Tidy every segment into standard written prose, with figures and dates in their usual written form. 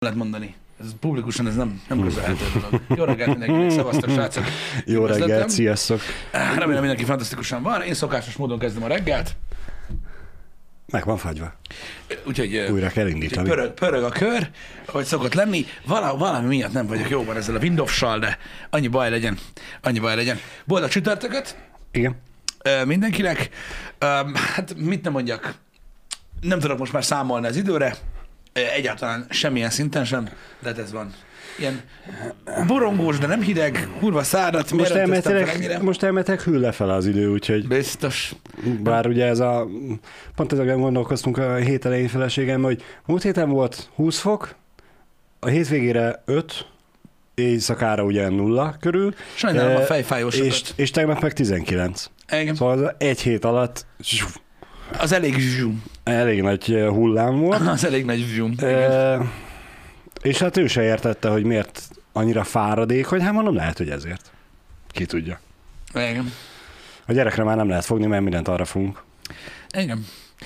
lehet mondani. Ez publikusan ez nem közölhető dolog. Jó reggelt mindenkinek, szevasztok, srácok. Jó reggelt, sziasztok. Remélem mindenki fantasztikusan van. Én szokásos módon kezdem a reggelt. Meg van fagyva. Úgyhogy újra kell indítani. Pörög a kör, ahogy szokott lenni. Valami miatt nem vagyok jóban ezzel a Windows-sal, de annyi baj legyen. Boldog csütörtököt. Igen. Mindenkinek. Hát mit nem mondjak. Nem tudok most már számolni az időre. Egyáltalán semmilyen szinten sem, de hát ez van. Ilyen borongós, de nem hideg, kurva szárat. Most elmetek hűl lefele az idő, úgyhogy... Biztos. Bár ugye pont ezzel gondolkoztunk a hét elején feleségem, hogy múlt héten volt 20 fok, a hétvégére 5, éjszakára ugye 0 körül. Sajnálom a fejfájósokat. És tegnap meg 19. Igen. Szóval az egy hét alatt... Az elég zsum. Elég nagy hullám volt. Az elég nagy zsum. És hát ő se értette, hogy miért annyira fáradék, hogy hát mondom, lehet, hogy ezért. Ki tudja. Igen. A gyerekre már nem lehet fogni, mert mindent arra fogunk. Igen.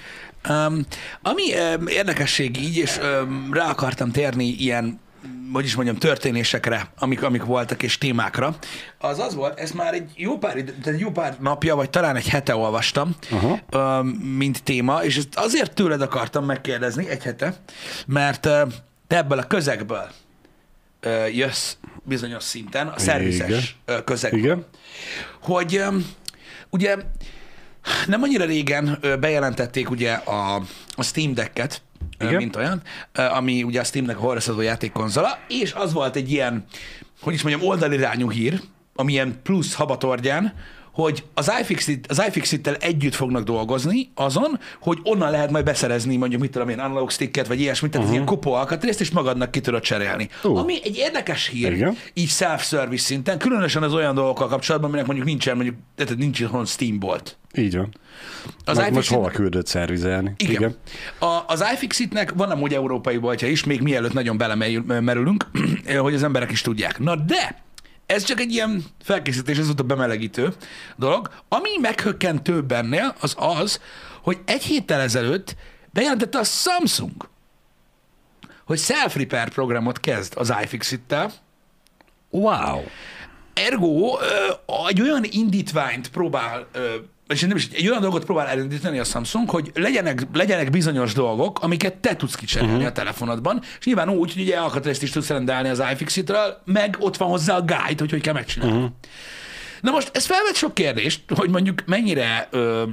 Ami érdekesség így, és rá akartam térni ilyen, hogy is mondjam, történésekre, amik voltak, és témákra, az volt, ezt már egy jó pár napja, vagy talán egy hete olvastam, mint téma, és ezt azért tőled akartam megkérdezni, egy hete, mert te ebből a közegből jössz bizonyos szinten, a szervizes közegből. Igen. Hogy ugye nem annyira régen bejelentették ugye a Steam Decket, mint olyan, ami ugye a Steamnek a horrorszadó játékkonzola, és az volt egy ilyen, hogy is mondjam, oldalirányú hír, ami ilyen plusz habatorgyán, hogy az iFixit-tel együtt fognak dolgozni azon, hogy onnan lehet majd beszerezni mondjuk, mit tudom én, analog sticket, vagy ilyesmit, tehát ilyen kopó alkatrészt, és magadnak ki tudod cserélni. Ami egy érdekes hír, így self-service szinten, különösen az olyan dolgokkal kapcsolatban, aminek mondjuk nincs itthon Steam bolt. Így van. Most hova küldött szervizelni? Igen. Az iFixitnek van amúgy európai boltja is, még mielőtt nagyon belemerülünk, hogy az emberek is tudják. Na de, ez csak egy ilyen felkészítés, ez volt a bemelegítő dolog. Ami meghökkentőbb ennél, az, hogy egy héttel ezelőtt bejelentette a Samsung, hogy self-repair programot kezd az iFixit-tel. Wow! Ergo egy olyan indítványt próbál, és nem is, egy olyan dolgot próbál elindítani a Samsung, hogy legyenek bizonyos dolgok, amiket te tudsz kicserélni a telefonodban, és nyilván úgy, hogy ugye alkatrészt is tudsz rendelni az iFixitről, meg ott van hozzá a guide, hogy kell megcsinálni. Na most ez felvet sok kérdést, hogy mondjuk mennyire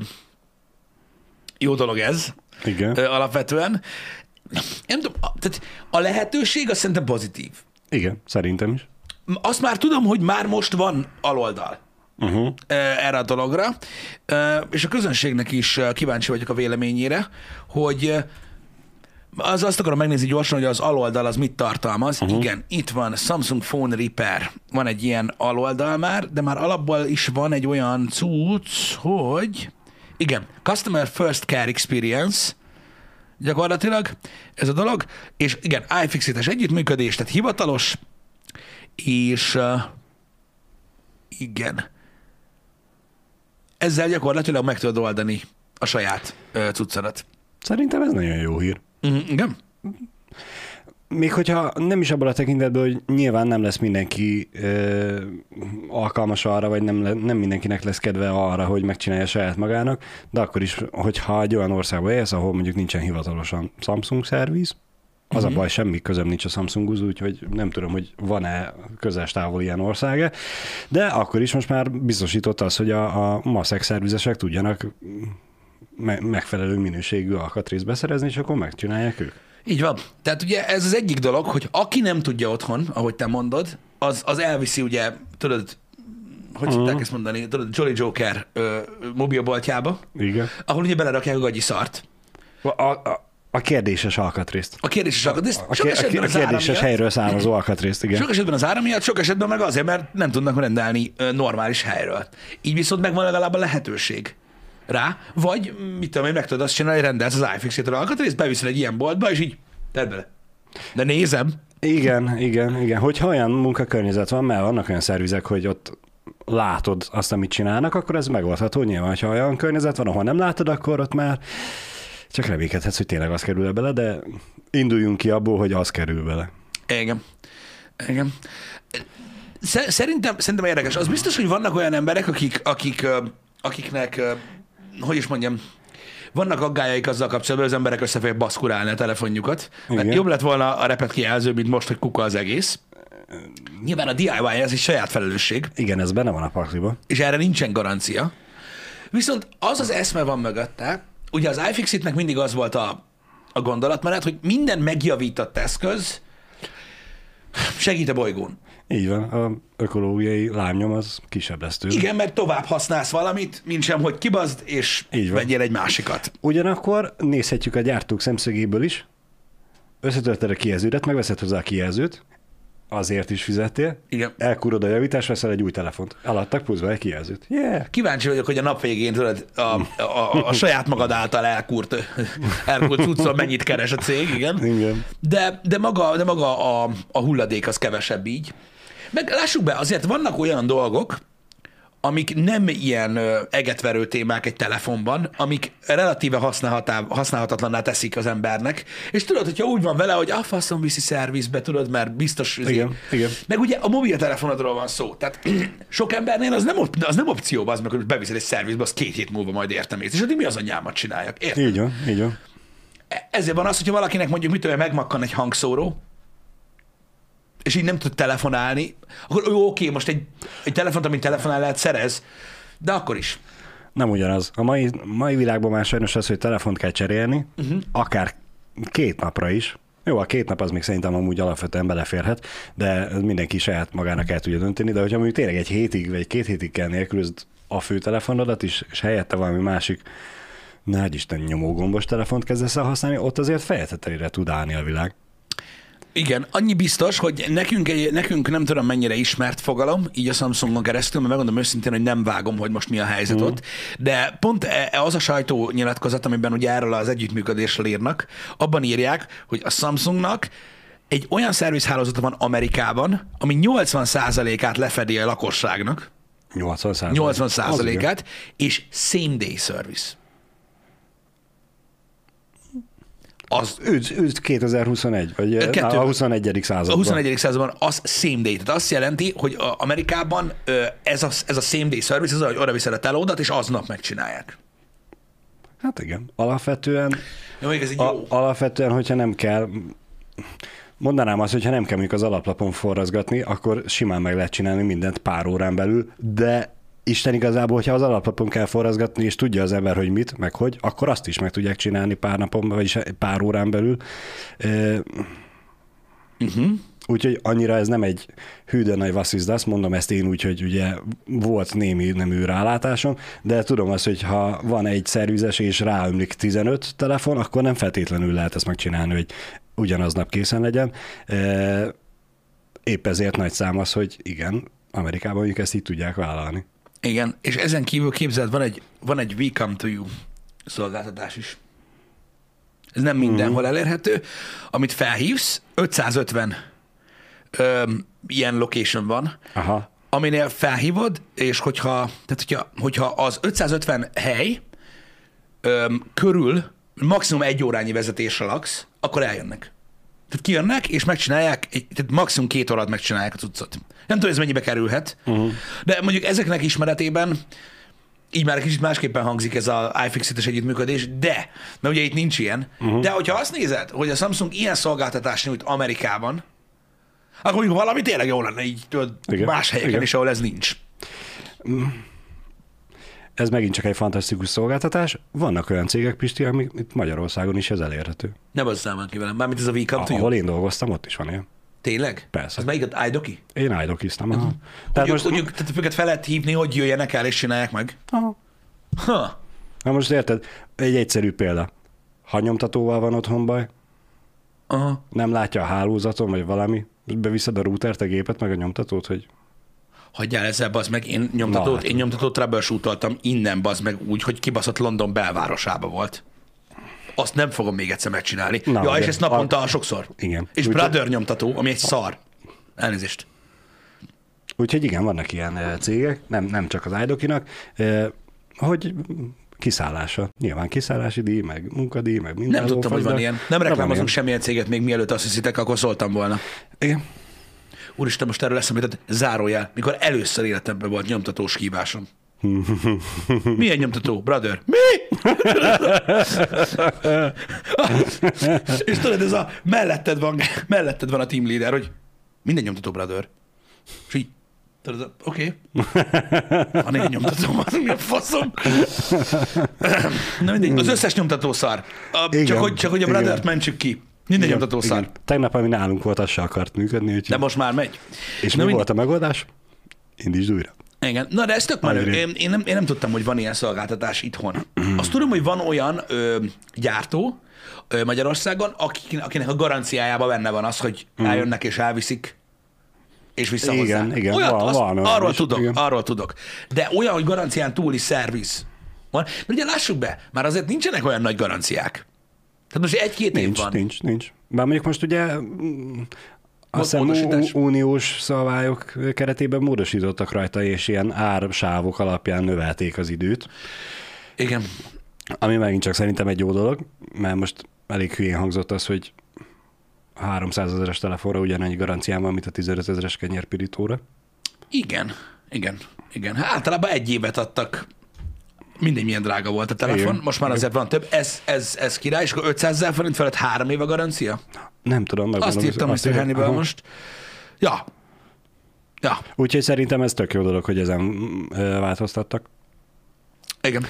jó dolog ez. Igen. Alapvetően. Nem tudom, tehát a lehetőség azt szerintem pozitív. Igen, szerintem is. Azt már tudom, hogy már most van aloldal erre a dologra, és a közönségnek is kíváncsi vagyok a véleményére, hogy azt akarom megnézni gyorsan, hogy az aloldal az mit tartalmaz. Igen, itt van Samsung Phone Repair. Van egy ilyen aloldal már, de már alapból is van egy olyan cucc, hogy igen, Customer First Care Experience, gyakorlatilag ez a dolog, és igen, iFixit-es együttműködés, tehát hivatalos, és igen, ezzel gyakorlatilag meg tudod oldani a saját cuccadat. Szerintem ez nagyon jó hír. Igen. Még hogyha nem is abban a tekintetben, hogy nyilván nem lesz mindenki alkalmas arra, vagy nem mindenkinek lesz kedve arra, hogy megcsinálja saját magának, de akkor is, hogyha egy olyan országban élsz, ahol mondjuk nincsen hivatalosan Samsung szerviz, az a baj, semmi közöm nincs a Samsunghoz, úgyhogy nem tudom, hogy van-e közels távol ilyen országa, de akkor is most már biztosított az, hogy a maszek szervizesek tudjanak megfelelő minőségű alkatrészt beszerezni, és akkor megcsinálják ők. Így van. Tehát ugye ez az egyik dolog, hogy aki nem tudja otthon, ahogy te mondod, az elviszi ugye, tudod, hogy tudták ezt mondani, tudod, Jolly Joker mobilboltjába, igen, ahol ugye belerakják a gagyi szart. A kérdéses alkatrészt. A kérdéses alkatrészt. A kérdéses helyről származó alkatrészt, igen. Sok esetben az ára miatt, sok esetben meg azért, mert nem tudnak rendelni normális helyről. Így viszont megvan legalább a lehetőség rá, vagy mit tudom én, meg tudod azt csinálni, hogy rendelsz az iFixit-ről alkatrészt, beviszel egy ilyen boltba, és így tedd bele. De nézem. Igen. Hogyha olyan munkakörnyezet van, mert vannak olyan szervizek, hogy ott látod azt, amit csinálnak, akkor ez megoldható. Nyilván, ha olyan környezet van, ahol nem látod, akkor ott már Csak reménykedhetsz, hogy tényleg az kerül bele, de induljunk ki abból, hogy az kerül bele. Igen. Igen. Szerintem érdekes. Az biztos, hogy vannak olyan emberek, akiknek, hogy is mondjam, vannak aggájaik azzal kapcsolatban, hogy az emberek össze fogják baszkurálni a telefonjukat. Mert jobb lett volna a repet kijelző, mint most, hogy kuka az egész. Nyilván a DIY ez egy saját felelősség. Igen, ez benne van a pakliba. És erre nincsen garancia. Viszont az eszme van mögötte, ugye az iFixit-nek mindig az volt a gondolatmenet, hogy minden megjavított eszköz segít a bolygón. Így van, a ökológiai lábnyom az kisebb lesz tőle. Igen, mert tovább használsz valamit, mint sem, hogy kibazd, és vegyél egy másikat. Ugyanakkor nézhetjük a gyártók szemszögéből is. Összetölted a kijelződet, megveszed hozzá a kijelzőt, azért is fizettél. Igen. Elkúrod a javítást, veszel egy új telefont. Eladtak pluszba egy kijelzőt. Yeah. Kíváncsi vagyok, hogy a nap végén tudod, a saját magad által elkúrt cuccol mennyit keres a cég, igen. Igen. De maga a hulladék az kevesebb így. Meg lássuk be, azért vannak olyan dolgok, amik nem ilyen egetverő témák egy telefonban, amik relatíve használhatatlanná teszik az embernek, és tudod, hogyha úgy van vele, hogy a faszom viszi szervizbe, tudod, mert biztos... Igen. Meg ugye a mobiltelefonodról van szó, tehát sok embernél az nem opció, az meg, hogy beviszed egy szervizbe, az 2 hét múlva majd értem és addig mi az anyámat csináljak, érted? Így van, így van. Ezért van az, hogyha valakinek mondjuk megmakkan egy hangszóró, és így nem tud telefonálni, akkor oké, most egy telefont, amit telefonál lehet, szerez, de akkor is. Nem ugyanaz. A mai világban már sajnos az, hogy telefont kell cserélni, akár 2 napra is. Jó, a 2 nap az még szerintem amúgy alapvetően beleférhet, de mindenki saját magának el tudja dönteni, de hogyha mondjuk tényleg egy hétig vagy 2 hétig kell nélkülözd a főtelefonodat is, és helyette valami másik, nagy Isten nyomógombos telefont kezdesz el használni, ott azért feje tetejére tud állni a világ. Igen, annyi biztos, hogy nekünk nem tudom mennyire ismert fogalom, így a Samsungon keresztül, mert megmondom őszintén, hogy nem vágom, hogy most mi a helyzet ott, de pont az a sajtónyilatkozat, amiben ugye erről az együttműködésről írnak, abban írják, hogy a Samsungnak egy olyan szervizhálózata van Amerikában, ami 80%-át lefedi a lakosságnak. 80%-át, és same day service. Az 2021, vagy a 21. században. A 21. században az same day. Tehát azt jelenti, hogy Amerikában ez a same day service, az, hogy oda viszed a telódat, és aznap megcsinálják. Hát igen. Alapvetően, ez így jó. Alapvetően, hogyha nem kell, mondanám azt, hogyha nem kell mondjuk az alaplapon forrazgatni, akkor simán meg lehet csinálni mindent pár órán belül, de Isten igazából, hogyha az alaplapon kell forrazgatni, és tudja az ember, hogy mit, meg hogy, akkor azt is meg tudják csinálni pár napon, vagyis pár órán belül. Úgyhogy annyira ez nem egy hű de nagy vasszizdasz, mondom ezt én úgy, hogy ugye volt némi nemű rálátásom, de tudom azt, hogy ha van egy szervizes és ráömlik 15 telefon, akkor nem feltétlenül lehet ezt megcsinálni, hogy ugyanaznap készen legyen. Épp ezért nagy szám az, hogy igen, Amerikában mondjuk ezt így tudják vállalni. Igen, és ezen kívül képzeld, van egy We Come to You szolgáltatás is. Ez nem mindenhol elérhető. Amit felhívsz, 550 ilyen location van, aminél felhívod, és hogyha az 550 hely körül maximum 1 órányi vezetésre laksz, akkor eljönnek. Tehát kijönnek, és megcsinálják, tehát maximum 2 órát megcsinálják a cuccot. Nem tudom, ez mennyibe kerülhet, de mondjuk ezeknek ismeretében így már kicsit másképpen hangzik ez az iFixit-es együttműködés, mert ugye itt nincs ilyen, de hogyha azt nézed, hogy a Samsung ilyen szolgáltatást nyújt Amerikában, akkor mondjuk valami tényleg jó lenne így más helyeken is, ahol ez nincs. Ez megint csak egy fantasztikus szolgáltatás. Vannak olyan cégek, Pisti, amik itt Magyarországon is ez elérhető. Nem az számán ki velem, mármint ez a We Come to You. Ahol én dolgoztam, ott is van ilyen. Tényleg? Persze. Az melyik az iDoki? Én iDokiztam. Tehát őket fel lehet hívni, hogy jöjjenek el és csinálják meg? Na most érted, egy egyszerű példa. Ha nyomtatóval van otthon baj, nem látja a hálózaton, vagy valami, beviszed a routert, a gépet, meg a nyomtatót, hogy... Hagyjál ezzel, bazd meg, én nyomtatót troubleshootaltam innen, bazd meg úgy, hogy kibaszott London belvárosába volt. Azt nem fogom még egyszer megcsinálni. És ezt naponta sokszor. Igen. És Brother nyomtató, ami egy szar. Elnézést. Úgyhogy igen, vannak ilyen cégek, nem csak az iDokinak, hogy kiszállása. Nyilván kiszállási díj, meg munkadíj, meg minden. Nem tudtam, hogy van ilyen. Nem reklámozunk semmilyen céget, még mielőtt azt hiszitek, akkor szóltam volna. Igen. Úristen, most erről eszembe jutott, zárójel, mikor először életemben volt nyomtatós hívásom. Milyen nyomtató, brother? Mi? És tudod, ez a melletted van a team leader, hogy minden nyomtató, brother. És így, tudod, oké. Van egy nyomtató, az mi a faszom? Na mindegy, az összes nyomtató szar. Csak hogy a brothert mentsük ki. Minden nyomtató szar. Tegnap, ami nálunk volt, az se akart működni. De most már megy. És mi volt a megoldás? Indítsd újra. Igen. Na, de ez tök menő. Én nem tudtam, hogy van ilyen szolgáltatás itthon. Azt tudom, hogy van olyan gyártó Magyarországon, akinek a garanciájában benne van az, hogy eljönnek és elviszik, és visszahozzák. Igen, van arról tudok. De olyan, hogy garancián túli szerviz van. Mert ugye lássuk be, már azért nincsenek olyan nagy garanciák. Tehát most egy-két év van. Nincs. Bár mondjuk most ugye azt hiszem uniós szabályok keretében módosítottak rajta, és ilyen ársávok alapján növelték az időt. Igen. Ami megint csak szerintem egy jó dolog, mert most elég hülyén hangzott az, hogy 300 000-es telefonra ugyanannyi garancián van, mint a 15 000-es kenyérpirítóra. Igen. Hát általában egy évet adtak. Mindegy, milyen drága volt a telefon. Igen. Most már azért van több. Ez király, és akkor 500 000 forint felett 3 év a garancia? Nem tudom. Azt írtam Mr. Hannibal most. Ja. Úgyhogy szerintem ez tök jó dolog, hogy ezen változtattak. Igen.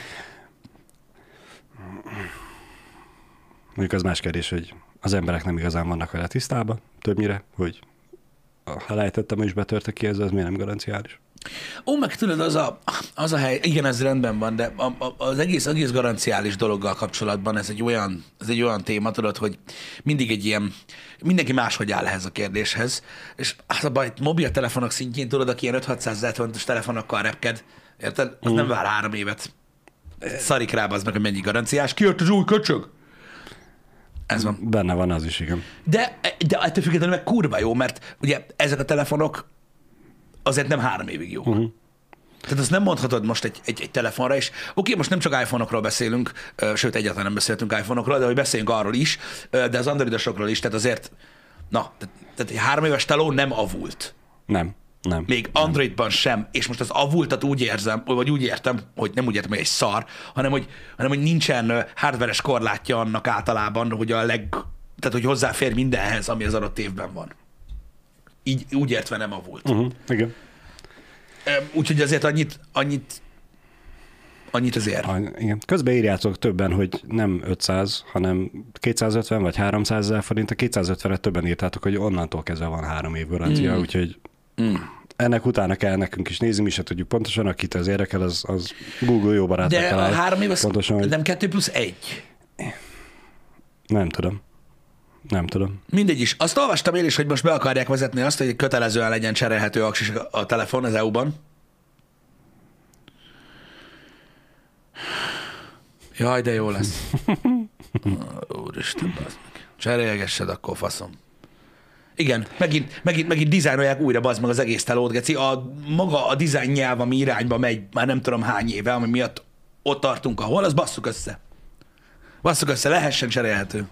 Mondjuk az más kérdés, hogy az emberek nem igazán vannak vele tisztában, többnyire, hogy ha lejtettem és betörte ki, ez miért nem garanciális. Meg tudod, az a hely, igen, ez rendben van, de az egész garanciális dologgal kapcsolatban ez egy olyan téma, tudod, hogy mindig egy ilyen, mindenki máshogy áll ehhez a kérdéshez, és az a baj, mobiltelefonok szintjén, tudod, aki ilyen 5-600 000 forintos telefonokkal repked, érted? Az nem vár 3 évet. Szarik rá az meg, hogy mennyi garanciás. Kijött az új köcsög? Ez van. Benne van az is, igen. De ettől függetlenül meg kurva jó, mert ugye ezek a telefonok azért nem 3 évig jó. Tehát azt nem mondhatod most egy telefonra is. Oké, most nem csak iPhone-okról beszélünk, sőt, egyáltalán nem beszéltünk iPhone-okról, de hogy beszéljünk arról is, de az androidosokról is, tehát azért, tehát egy 3 éves teló nem avult. Nem. Még Androidban sem, és most az avultat úgy érzem, vagy úgy értem, hogy nem úgy értem, hogy egy szar, hanem hogy nincsen hardveres korlátja annak általában, hogy tehát hogy hozzáfér mindenhez, ami az adott évben van. Így úgy értve nem avult. Igen. Úgyhogy azért annyit azért. Igen. Közben írjátok többen, hogy nem 500, hanem 250 vagy 300 000 forint. A 250-et többen írtátok, hogy onnantól kezdve van 3 év garancia, úgyhogy ennek utána kell nekünk is nézni, mi se tudjuk pontosan, akit az érdekel, az Google jó barát. De a 3 év az pontosan, hogy... nem 2+1? Nem tudom. Mindegy is. Azt olvastam én is, hogy most be akarják vezetni azt, hogy kötelezően legyen cserélhető aksis a telefon az EU-ban. Jaj, de jó lesz. Úristen, bazd meg. Cserélgessed, akkor faszom. Igen, megint dizájnolják újra, bazd meg az egész telót, geci. Maga a dizájn nyelv, ami irányba megy, már nem tudom hány éve, ami miatt ott tartunk, ahol, az basszuk össze. Lehessen cserélhető.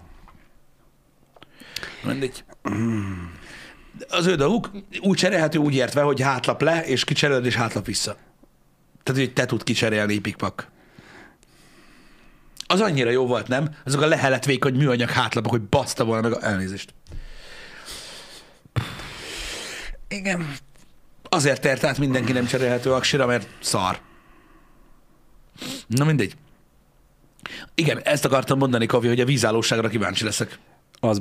Mindegy. Az ő dolguk úgy cserélhető, úgy értve, hogy hátlap le, és kicseréled, és hátlap vissza. Tehát, hogy te tud kicserélni pikpak. Az annyira jó volt, nem? Azok a lehelet vékony műanyag hátlapok, hogy baszta volna meg elnézést. Igen. Azért tért át mindenki nem cserélhető aksira, mert szar. Na mindegy. Igen, ezt akartam mondani, Kavi, hogy a vízállóságra kíváncsi leszek. Az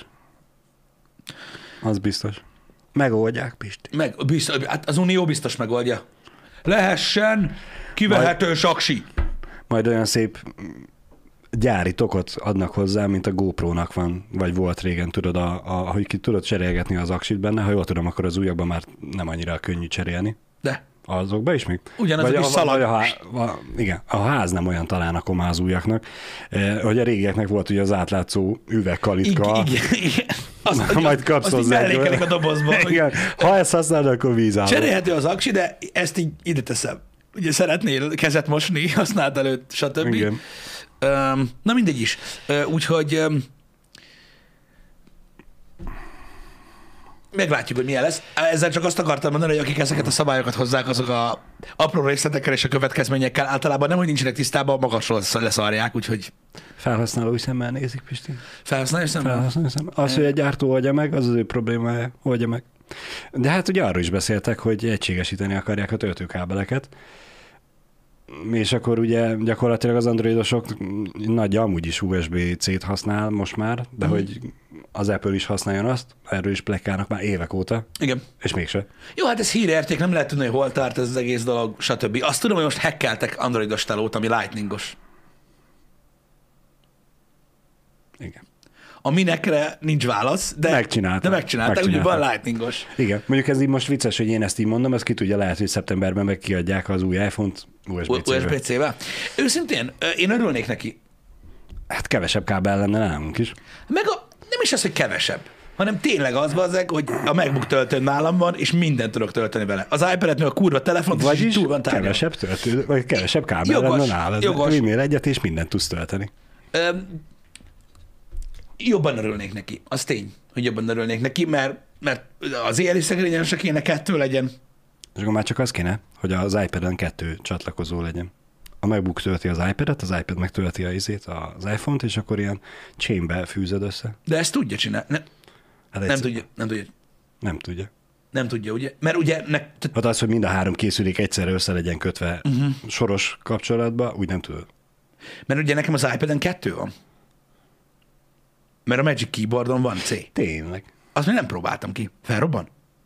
biztos. Megoldják, Pisti. Hát az Unió biztos megoldja. Lehessen kivehető saksi. Majd olyan szép gyári tokot adnak hozzá, mint a GoPro-nak van, vagy volt régen, tudod, hogy ki tudod cserélgetni az aksit benne. Ha jól tudom, akkor az újakban már nem annyira könnyű cserélni. De. Azokba is még? Ugyanazok is szalag. Igen, a ház nem olyan talán akkor már az újaknak. Hogy a régieknek volt ugye az átlátszó üvegkalitka. Igen. Majd kapsz azt hozzá. Azt így mellékelik a dobozba. Igen. Ha ezt használod, akkor vízálló. Cserélhető az aksi, de ezt így ide teszem. ugye szeretnél kezet mosni, használt előtt, stb. Igen. Na mindegy is. Úgyhogy meglátjuk, hogy milyen lesz. Ezzel csak azt akartam mondani, hogy akik ezeket a szabályokat hozzák, azok a apró részletekkel és a következményekkel általában nem, hogy nincsenek tisztában, magasról leszarják, úgyhogy... Felhasználói szemmel nézik, Pisti. Felhasználói szemmel? Felhasználói szemmel. Az, hogy egy gyártó oldja meg, az az ő problémája, oldja meg. De hát ugye arról is beszéltek, hogy egységesíteni akarják a töltőkábeleket, és akkor ugye gyakorlatilag az androidosok nagy amúgy is USB-C-t használ most már, de hogy az Apple is használjon azt, erről is plegykálnak már évek óta. Igen. És mégse. Jó, hát ez hírérték, nem lehet tudni, hogy hol tart ez az egész dolog, stb. Azt tudom, hogy most hackeltek androidos telót, ami lightningos. Igen. A minekre nincs válasz, de megcsinálták, úgyhogy van lightningos. Igen, mondjuk ez így most vicces, hogy én ezt így mondom, ez ki tudja, lehet, hogy szeptemberben meg kiadják az új iPhone-t USB-C-vel. USB-C-vel. Őszintén, én örülnék neki. Hát kevesebb kábel lenne nálunk is. Meg nem is az, hogy kevesebb, hanem tényleg az bazzeg, hogy a MacBook töltőn nálam van, és mindent tudok tölteni vele. Az iPad-et, a kurva telefont, vagyis túl van tárgyal. kevesebb töltő, vagy kevesebb kábel lenne nálad. Jogos. Vinnél egyet, és mindent tudsz tölteni. Jobban örülnék neki. Az tény, hogy jobban örülnék neki, mert az éjjeli szekrényen se kéne 2 legyen. És akkor már csak az kéne, hogy az iPad-en 2 csatlakozó legyen. A MacBook tölti az iPad-et, az iPad meg tölti az iPhone-t, és akkor ilyen chainbe fűzöd össze. De ezt tudja csinálni. Hát Nem tudja. Nem tudja. Nem tudja, ugye? Mert ugye... Hát az, hogy mind a 3 készülék egyszerre össze legyen kötve soros kapcsolatba, úgy nem tudod. Mert ugye nekem az iPad-en 2 van. Mert a Magic Keyboardon van C. Tényleg. Azt még nem próbáltam ki. Felrobban?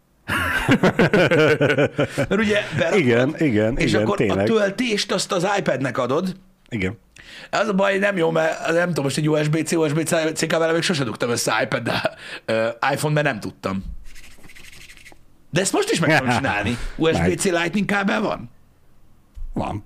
Mert ugye Igen, és akkor tényleg. a töltést azt az iPadnek adod. Igen. Az a baj, nem jó, mert nem tudom, most egy USB-C kábellel még sose dugtam össze iPad-del, iPhone-ben nem tudtam. De ezt most is meg tudom csinálni. USB-C Lightning kábel van? Van.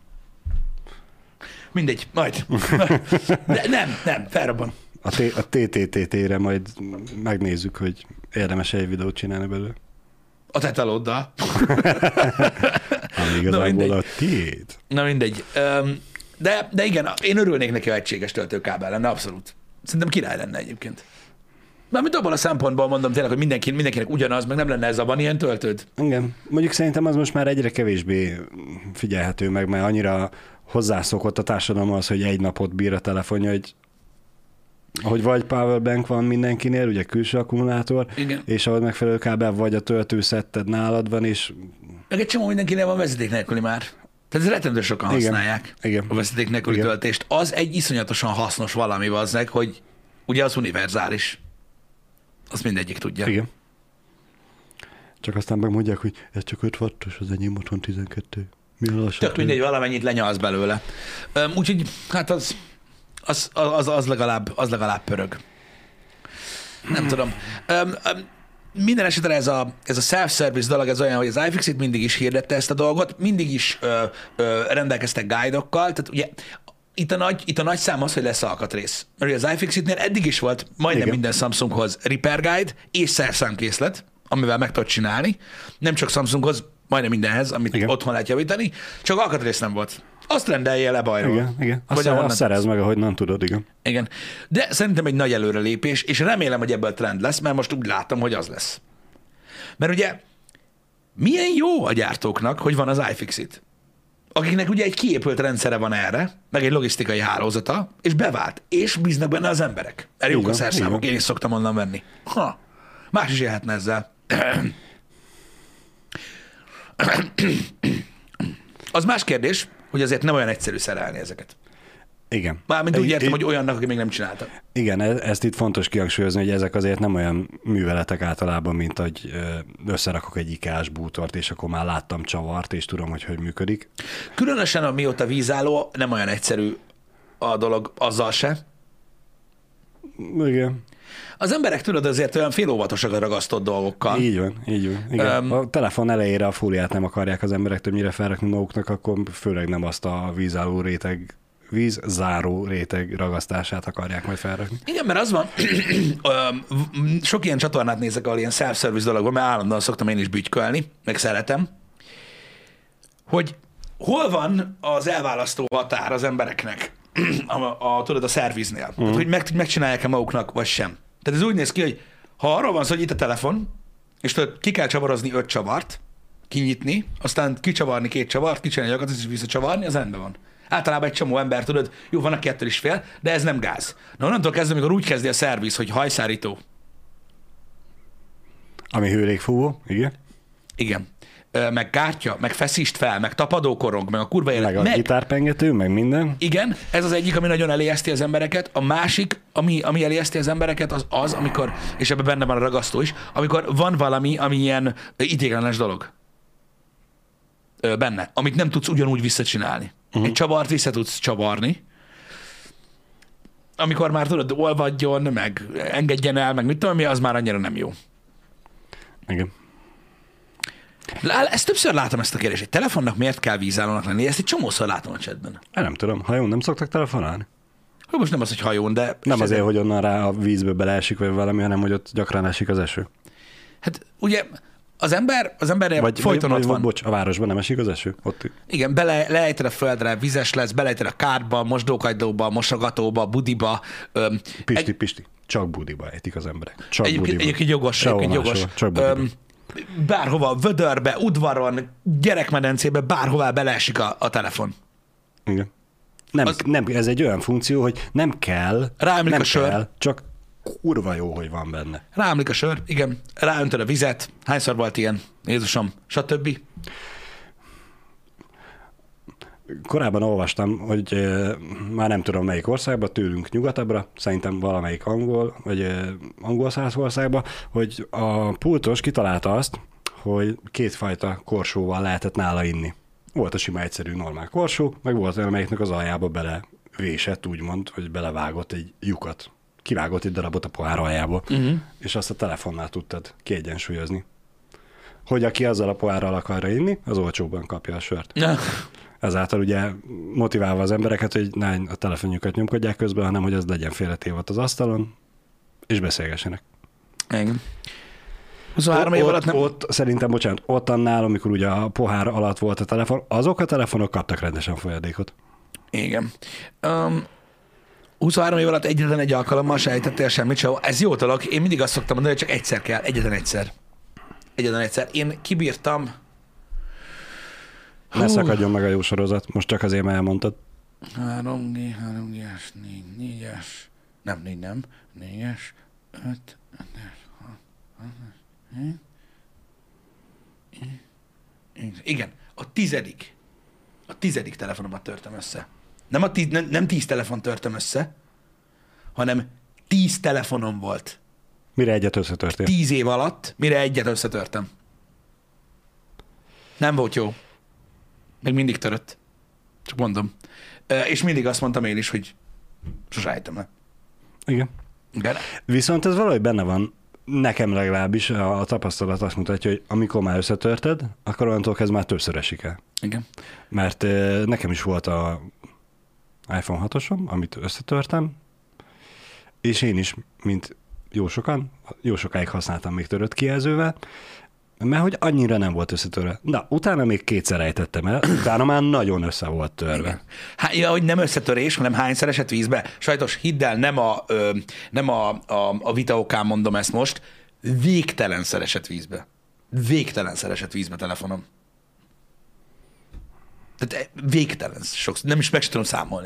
Mindegy, majd. De nem, felrobban. A TTTT-re majd megnézzük, hogy érdemes egy videót csinálni belőle. A tetelóddal. Ami igazából a tiéd. Na mindegy. De igen, én örülnék neki, ha egységes töltőkábel lenne, abszolút. Szerintem király lenne egyébként. Mármint abban a szempontból mondom tényleg, hogy mindenkinek ugyanaz, meg nem lenne ez van ilyen töltőd. Igen. Mondjuk szerintem az most már egyre kevésbé figyelhető meg, mert annyira hozzászokott a társadalom az, hogy egy napot bír a telefonja, hogy vagy powerbank van mindenkinél, ugye külső akkumulátor, igen. És ahhoz megfelelő kábel, vagy a töltőszetted nálad van, és... Meg egy csomó mindenkinél van vezeték nélküli már. Tehát ez rettentő sokan használják igen. A vezeték nélküli töltést. Az egy iszonyatosan hasznos valami vazzeg, hogy ugye az univerzális. Azt mindegyik tudja. Igen. Csak aztán megmondják, hogy ez csak 5 wattos, az enyém otthon 12. Milyen lassan. Tök mindegy, valamennyit lenyalsz belőle. Úgyhogy hát az legalább pörög. Nem tudom. Minden esetre ez a self-service dolog, ez olyan, hogy az iFixit mindig is hirdette ezt a dolgot, mindig is rendelkeztek guide-okkal, tehát ugye itt a nagy szám az, hogy lesz alkatrész. Mert ugye az iFixitnél eddig is volt majdnem minden Samsunghoz repair guide és szerszámkészlet, amivel meg tudod csinálni. Nem csak Samsunghoz, majdnem mindenhez, amit otthon lehet javítani, csak alkatrész nem volt. Azt rendelje le bajról. Igen. Azt szerez meg, ahogy nem tudod, igen. Igen. De szerintem egy nagy előrelépés, és remélem, hogy ebből trend lesz, mert most úgy látom, hogy az lesz. Mert ugye milyen jó a gyártóknak, hogy van az iFixit. Akiknek ugye egy kiépült rendszere van erre, meg egy logisztikai hálózata, és bevált, és bíznak benne az emberek. Mert jók a szerszámok, én is szoktam onnan venni. Más is élhetne ezzel. Az más kérdés, hogy azért nem olyan egyszerű szerelni ezeket. Igen. Mármint úgy értem, hogy olyannak, aki még nem csinálta. Igen, ezt itt fontos kihangsúlyozni, hogy ezek azért nem olyan műveletek általában, mint hogy összerakok egy IKEA-s bútort, és akkor már láttam csavart, és tudom, hogy működik. Különösen, amióta vízálló, nem olyan egyszerű a dolog azzal se. Igen. Az emberek tudod azért olyan félóvatosak a ragasztott dolgokkal. Így van. Igen. A telefon elejére a fóliát nem akarják az emberek többnyire felrakni maguknak, akkor főleg nem azt a vízzáró réteg ragasztását akarják majd felrakni. Igen, mert az van, sok ilyen csatornát nézek, ahol ilyen self-service dolog van, mert állandóan szoktam én is bütykölni, meg szeretem, hogy hol van az elválasztó határ az embereknek tudod, a szerviznél? Tehát, hogy megcsinálják-e maguknak, vagy sem. Tehát ez úgy néz ki, hogy ha arról van szó, hogy itt a telefon, és tudod, ki kell csavarozni 5 csavart, kinyitni, aztán kicsavarni 2 csavart, kicsinálni gyakorlatilag, és visszacsavarni, az rendben van. Általában egy csomó ember, tudod, jó, van, aki ettől is fél, de ez nem gáz. Na onnantól kezdve, amikor úgy kezdi a szerviz, hogy hajszárító. Ami hőlékfúvó, igen. Igen. Meg gátja, meg feszítsd fel, meg tapadókorong, meg a kurva élet. Meg a gitárpengető, meg minden. Igen, ez az egyik, ami nagyon elijeszti az embereket. A másik, ami elijeszti az embereket, az, amikor, és ebben benne van a ragasztó is, amikor van valami, ami ilyen idéglenes dolog benne, amit nem tudsz ugyanúgy visszacsinálni. Egy csavart vissza tudsz csavarni, amikor már tudod, olvadjon, meg engedjen el, meg mit tudom mi, az már annyira nem jó. Igen. Ezt többször látom, ezt a kérdést. Egy telefonnak miért kell vízállónak lenni? Ezt egy csomószor látom a chatben. Nem tudom, hajón nem szoktak telefonálni? Most nem az, hogy hajón, de... Nem azért, hogy onnan rá a vízbe beleesik, vagy valami, hanem hogy ott gyakran esik az eső. Hát ugye az embernél folyton ott van. Bocs, a városban nem esik az eső? Ott. Igen, leejted a földre, vizes lesz, beleejted a kádba, mosdókagylóba, mosogatóba, budiba. Pisti, csak budiba ejtik az emberek. Csak budiba. Egyébként jogos. Csak budiba. Bárhova, vödörbe, udvaron, gyerekmedencébe, bárhová beleesik a telefon. Igen. Nem, ez egy olyan funkció, hogy nem kell, ráömlik a sör. Kell, csak kurva jó, hogy van benne. Ráömlik a sör, igen. Ráöntöd a vizet. Hányszor volt ilyen? Jézusom. Stb. Korábban olvastam, hogy már nem tudom melyik országban, tőlünk nyugatabbra, szerintem valamelyik angol száz országban, hogy a pultos kitalálta azt, hogy 2 fajta korsóval lehetett nála inni. Volt a sima egyszerű normál korsó, meg volt olyan, amelyiknek az aljába belevésett, úgymond, hogy belevágott egy lyukat. Kivágott egy darabot a pohár aljába, és azt a telefonnál tudtad kiegyensúlyozni. Hogy aki azzal a pohárral akarja inni, az olcsóbban kapja a sört. Ezáltal ugye motiválva az embereket, hogy ne a telefonjukat nyomkodják közben, hanem hogy az legyen félretéve ott az asztalon, és beszélgessenek. Igen. 23 év alatt nem... Ott szerintem, bocsánat, ott annál, amikor ugye a pohár alatt volt a telefon, azok a telefonok kaptak rendesen folyadékot. Igen. 23 év alatt egyetlen egy alkalommal se ejtettél semmit se. Ez jó dolog. Én mindig azt szoktam mondani, hogy csak egyszer kell. Egyetlen egyszer. Én kibírtam. Ne szakadjon meg a jó sorozat, most csak azért, mert elmondtad. 3G, 3G-es, 4-es, nem, 4-es, 5, 6, igen, a 10. telefonomat törtem össze. Nem 10 telefon törtem össze, hanem 10 telefonom volt. Mire egyet összetörtél? 10 év alatt, mire egyet összetörtem. Nem volt jó. Még mindig törött. Csak mondom. És mindig azt mondtam én is, hogy sose állítom le. Igen. Igen. Viszont ez valahogy benne van, nekem legalábbis a tapasztalat azt mutatja, hogy amikor már összetörted, akkor onnantól kezdve már többször esik el. Igen. Mert nekem is volt a iPhone 6-osom, amit összetörtem, és én is, mint jó sokáig használtam még törött kijelzővel, mert hogy annyira nem volt összetörve. Na, utána még 2-szer ejtettem el, utána már nagyon össze volt törve. Ja, hogy nem összetörés, hanem hányszor esett vízbe. Sajtos, hidd el, nem a videókán mondom ezt most, végtelenszer esett vízbe. Végtelenszer esett vízbe telefonom. Tehát végtelen sokszor. Nem is meg sem tudom számolni.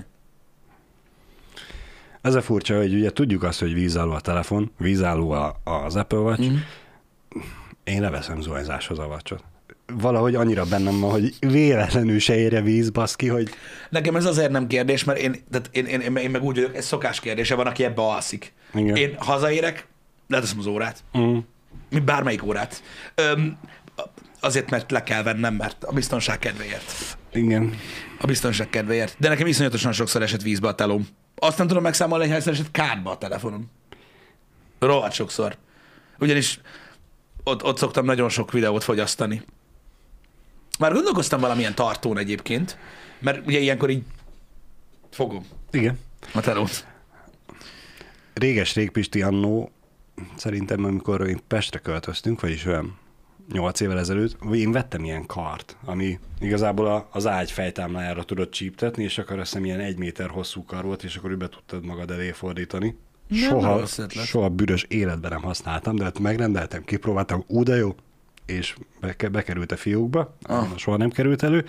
Ez a furcsa, hogy ugye tudjuk azt, hogy vízálló a telefon, vízálló az Apple Watch. Én leveszem zuhanyzáshoz a vacsot. Valahogy annyira bennem van, hogy véletlenül se érje víz, baszki, hogy... Nekem ez azért nem kérdés, mert én meg úgy vagyok, ez szokás kérdése, van, aki ebbe alszik. Igen. Én hazaérek, leteszem az órát. Mint bármelyik órát. Azért, mert le kell vennem, mert a biztonság kedvéért. Igen. A biztonság kedvéért. De nekem iszonyatosan sokszor esett vízbe a telóm. Azt nem tudom megszámolni, hogy hányszor esett kádba a telefonom. Rohadt sokszor. Ugyanis ott szoktam nagyon sok videót fogyasztani. Már gondolkoztam valamilyen tartón egyébként, mert ugye ilyenkor így fogom. Igen. A telót. Réges-rég, Pisti, annó, szerintem amikor én Pestre költöztünk, vagyis olyan 8 évvel ezelőtt, én vettem ilyen kart, ami igazából az ágy fejtámlájára tudod csíptetni, és akkor azt hiszem ilyen 1 méter hosszú kar volt, és akkor be tudtad magad elé fordítani. Soha büdös életben nem használtam, de hát megrendeltem, kipróbáltam, de jó, és bekerült a fiókba, soha nem került elő.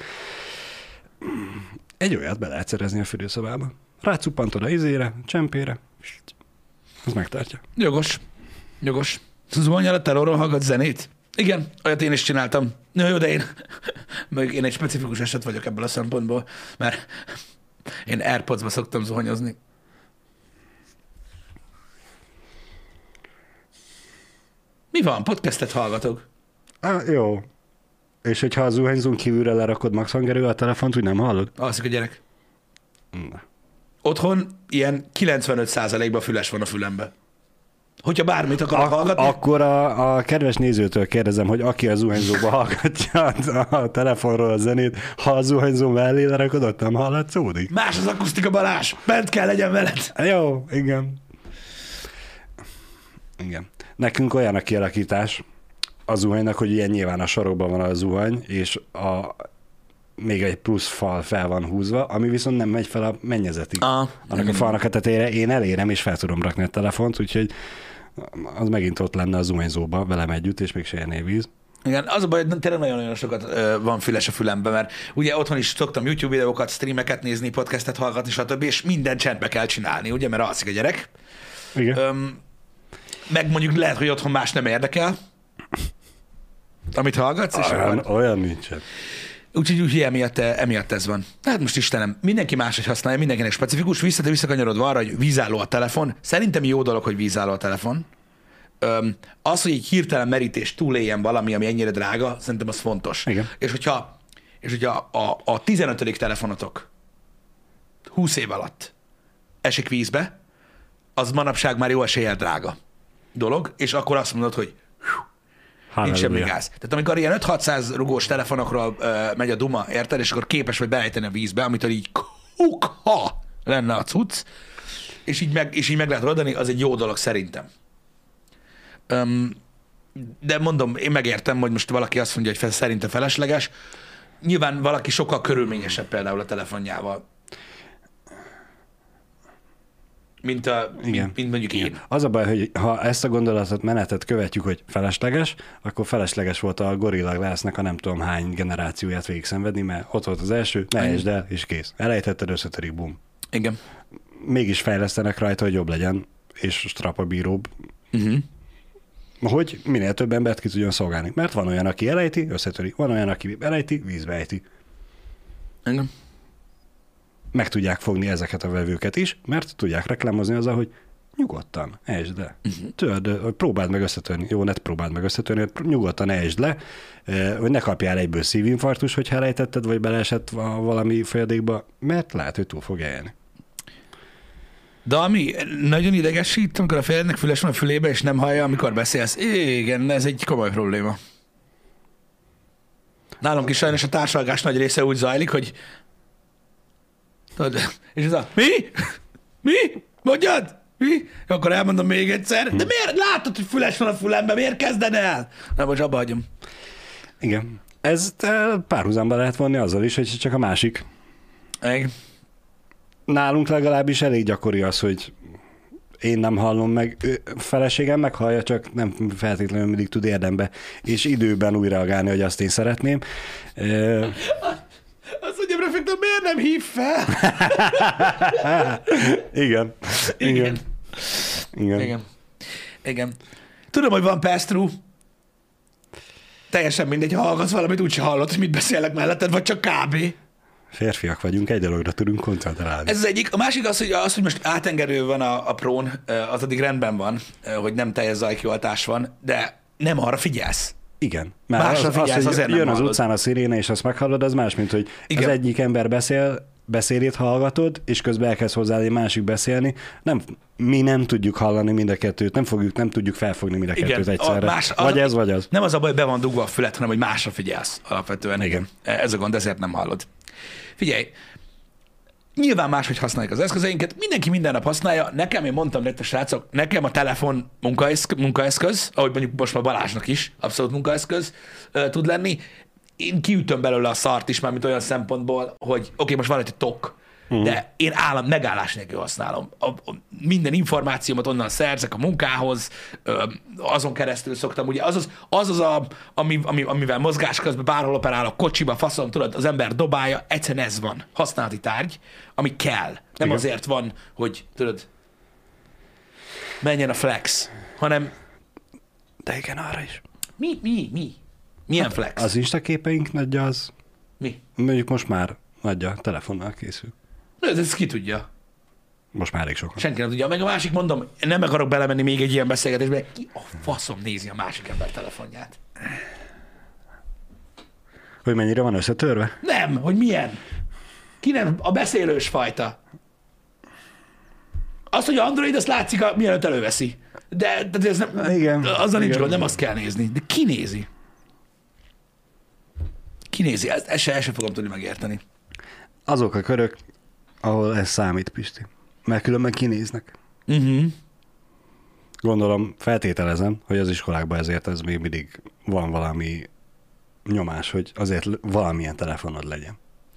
Egy olyat be lehet szerezni a fürdőszobába. Rácuppantod a izére, csempére, az megtartja. Jogos. Zuhany alatt telóról hallgat zenét? Igen, olyat én is csináltam. Jó, de én egy specifikus eset vagyok ebből a szempontból, mert én AirPods-ba szoktam zuhanyozni. Mi van? Podcastet hallgatok? Jó. És hogyha a zuhanyzón kívülre lerakod max hangerő a telefont, úgy nem hallod? Alszik a gyerek. Na. Otthon ilyen 95%-ban füles van a fülembe. Hogyha bármit akarok hallgatni... Akkor a kedves nézőtől kérdezem, hogy aki a zuhanyzóba hallgatja a telefonról a zenét, ha a zuhanyzó mellé lerakod, ott nem hallatszódik? Más az akusztika, Balázs! Bent kell legyen veled! Jó, igen. Igen. Nekünk olyan a kialakítás a zuhanynak, hogy ilyen nyilván a sarokban van a zuhany, és még egy plusz fal fel van húzva, ami viszont nem megy fel a mennyezetig. Annak a falnak a tetejére én elérem, és fel tudom rakni a telefont, úgyhogy az megint ott lenne a zuhanyzóba velem együtt, és még se érné víz. Igen, az a baj, hogy tényleg nagyon-nagyon sokat van füles a fülembe, mert ugye otthon is szoktam YouTube videókat, streameket nézni, podcastet hallgatni, stb., és minden csendbe kell csinálni, ugye, mert alszik a gyerek. Igen. Meg mondjuk lehet, hogy otthon más nem érdekel, amit hallgatsz, és olyan nincsen. Úgyhogy emiatt ez van. Hát most Istenem, mindenki máshogy használja, mindenkinek specifikus, visszakanyarodva arra, hogy vízálló a telefon. Szerintem jó dolog, hogy vízálló a telefon. Az, hogy egy hirtelen merítés túléljen valami, ami ennyire drága, szerintem az fontos. Igen. És hogyha a 15. telefonotok 20 év alatt esik vízbe, az manapság már jó eséllyel drága dolog, és akkor azt mondod, hogy nincs semmi gáz. Tehát amikor ilyen 5-600 rugós telefonokról megy a duma, érted, és akkor képes vagy belejteni a vízbe, amitől így kukha lenne a cucc, és így meg lehet oldani, az egy jó dolog szerintem. De mondom, én megértem, hogy most valaki azt mondja, hogy szerintem felesleges. Nyilván valaki sokkal körülményesebb például a telefonjával. Mint mondjuk én. Az a baj, hogy ha ezt a menetet követjük, hogy felesleges, akkor felesleges volt a Gorilla Glass-nek a nem tudom hány generációját végigszenvedni, mert ott volt az első, ne esd el, és kész. Elejtetted, összetörik, bum. Igen. Mégis fejlesztenek rajta, hogy jobb legyen, és strapabíróbb. Hogy minél több embert ki tudjon szolgálni. Mert van olyan, aki elejti, összetöri. Van olyan, aki elejti, vízbe ejti. Igen. Meg tudják fogni ezeket a vevőket is, mert tudják reklámozni azzal, hogy nyugodtan, ejtsd le. Tudod, próbáld meg összetörni. Jó, ne próbáld meg összetörni, nyugodtan ejtsd le, hogy ne kapjál egyből szívinfarktus, hogyha elejtetted, vagy beleesett valami folyadékba, mert lehet, hogy túl fog élni. De ami nagyon idegesít, amikor a fejednek füles van a fülébe, és nem hallja, amikor beszélsz. Igen, ez egy komoly probléma. Nálunk is sajnos a társalgás nagy része úgy zajlik, hogy és ez a mi? Mondjad? Mi? Akkor elmondom még egyszer. De miért? Látod, hogy füles van a fülemben, miért kezded el? Na, most abba hagyom. Igen. Ezt párhuzamba lehet vonni azzal is, hogy csak a másik. Igen. Nálunk legalábbis elég gyakori az, hogy én nem hallom meg, feleségem meghallja, csak nem feltétlenül mindig tud érdembe, és időben úgy reagálni, hogy azt én szeretném. Azt mondjam, refektor, miért nem hív fel? Igen. Tudom, hogy van pass-through. Teljesen mindegy, ha hallgatsz valamit, úgyse hallod, hogy mit beszélek melletted, vagy csak kb. Férfiak vagyunk, egy dologra tudunk koncentrálni. Ez az egyik. A másik az, hogy most átengerő van a prón, az addig rendben van, hogy nem teljes zajkioltás van, de nem arra figyelsz. Igen. Mert az, hogy jön az utcán a sziréne, és azt meghallod, az más, mint hogy igen. Az egyik ember beszélét hallgatod, és közben elkezd hozzá egy másik beszélni. Mi nem tudjuk hallani mind a kettőt, nem tudjuk felfogni mind a kettőt egyszerre. Vagy az. Nem az a baj, hogy be van dugva a fület, hanem hogy másra figyelsz alapvetően. Igen. Ez a gond, ezért nem hallod. Figyelj, Nyilván máshogy használjuk az eszközeinket, mindenki minden nap használja, nekem, én mondtam nektek, srácok, nekem a telefon munkaeszköz, ahogy mondjuk most már Balázsnak is abszolút munkaeszköz tud lenni. Én kiütöm belőle a szart is, már mint olyan szempontból, hogy oké, most van egy tok, de én megállás nélkül használom. Minden információmat onnan szerzek a munkához, azon keresztül szoktam, ugye amivel mozgás közben bárhol operálok, kocsiba, faszom, tudod, az ember dobálja, egyszerűen ez van, használati tárgy, ami kell. Nem igen. azért van, hogy tudod, menjen a flex, hanem De igen, arra is. mi? Milyen flex? Az Insta képeink nagyja az, Mi? mondjuk most már nagyja, telefonnal készül. Ez ki tudja. Most már elég sokan. Senki nem tudja. Meg a másik, mondom, nem akarok belemenni még egy ilyen beszélgetésbe, ki a faszom nézi a másik ember telefonját? Hogy mennyire van összetörve? Nem, hogy milyen? Ki nem? A beszélős fajta. Azt, hogy Android, azt látszik, mielőtt előveszi. De ez nem, Igen. azzal nincs Igen. gond, nem azt kell nézni. De ki nézi? Ki nézi? Ezt se fogom tudni megérteni. Azok a körök, ahol ez számít, Pisti. Mert különben kinéznek. Gondolom, feltételezem, hogy az iskolákban ezért ez még mindig van valami nyomás, hogy azért valamilyen telefonod legyen.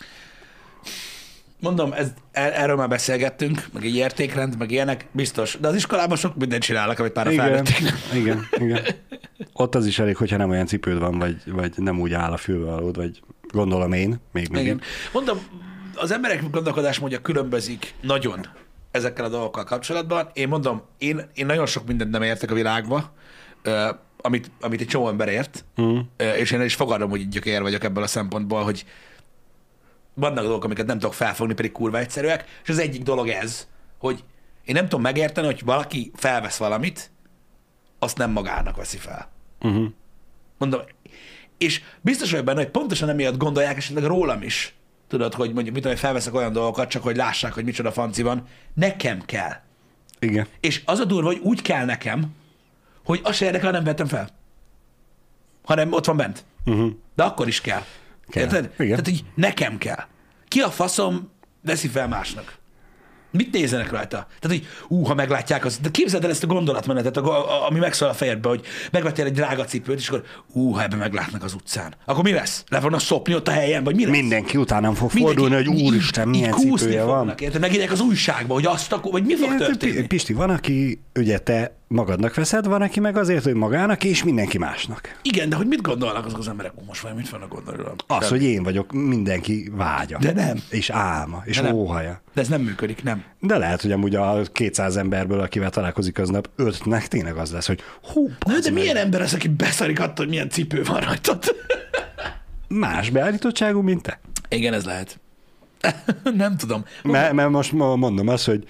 Mondom, erről már beszélgettünk, meg egy értékrend, meg ilyenek, biztos. De az iskolában sok mindent csinálnak, amit már a felnőttek nem. Igen. Ott az is elég, hogyha nem olyan cipőd van, vagy nem úgy áll a fülvalód, vagy gondolom én, még mindig. Igen. Mondom, az emberek gondolkodásmódja különbözik nagyon ezekkel a dolgokkal kapcsolatban. Én mondom, én nagyon sok mindent nem értek a világba, amit egy csomó ember ért, és én el is fogadom, hogy így gyökér vagyok ebből a szempontból, hogy vannak dolgok, amiket nem tudok felfogni, pedig kurva egyszerűek, és az egyik dolog ez, hogy én nem tudom megérteni, hogy valaki felvesz valamit, azt nem magának veszi fel. Mondom, és biztos vagyok benne, hogy pontosan emiatt gondolják esetleg rólam is. Tudod, hogy mondjuk, mit tudom, hogy felveszek olyan dolgokat, csak hogy lássák, hogy micsoda fanci van. Nekem kell. Igen. És az a durva, hogy úgy kell nekem, hogy azt se érdekel, nem vettem fel. Hanem ott van bent. De akkor is kell. Érted? Igen. Tehát így nekem kell. Ki a faszom veszi fel másnak? Mit nézzenek rajta? Tehát, hogy ha meglátják azt, de képzeld el ezt a gondolatmenetet, ami megszól a fejedbe, hogy megvettél egy drága cipőt, és akkor ha ebbe meglátnak az utcán. Akkor mi lesz? Le fognak szopni ott a helyen, vagy mi lesz? Mindenki utánam fog fordulni, hogy úristen, milyen cipője van. Érted? Megírják az újságba, hogy azt akkor, vagy mi fog történni? Pisti, van, aki ugye te magadnak veszed, van, aki meg azért, hogy magának, és mindenki másnak. Igen, de hogy mit gondolnak azok az emberek? Most vagy mit fognak gondolni? Az, hogy én vagyok mindenki vágya. De nem. És álma, és nem. óhaja. De ez nem működik, nem. De lehet, hogy amúgy a 200 emberből, akivel találkozik aznap, 5-nek tényleg az lesz, hogy de milyen ember az, aki beszarik attól, hogy milyen cipő van rajtad? Más beállítottságú, mint te. Igen, ez lehet. Nem tudom. Mert most mondom azt, hogy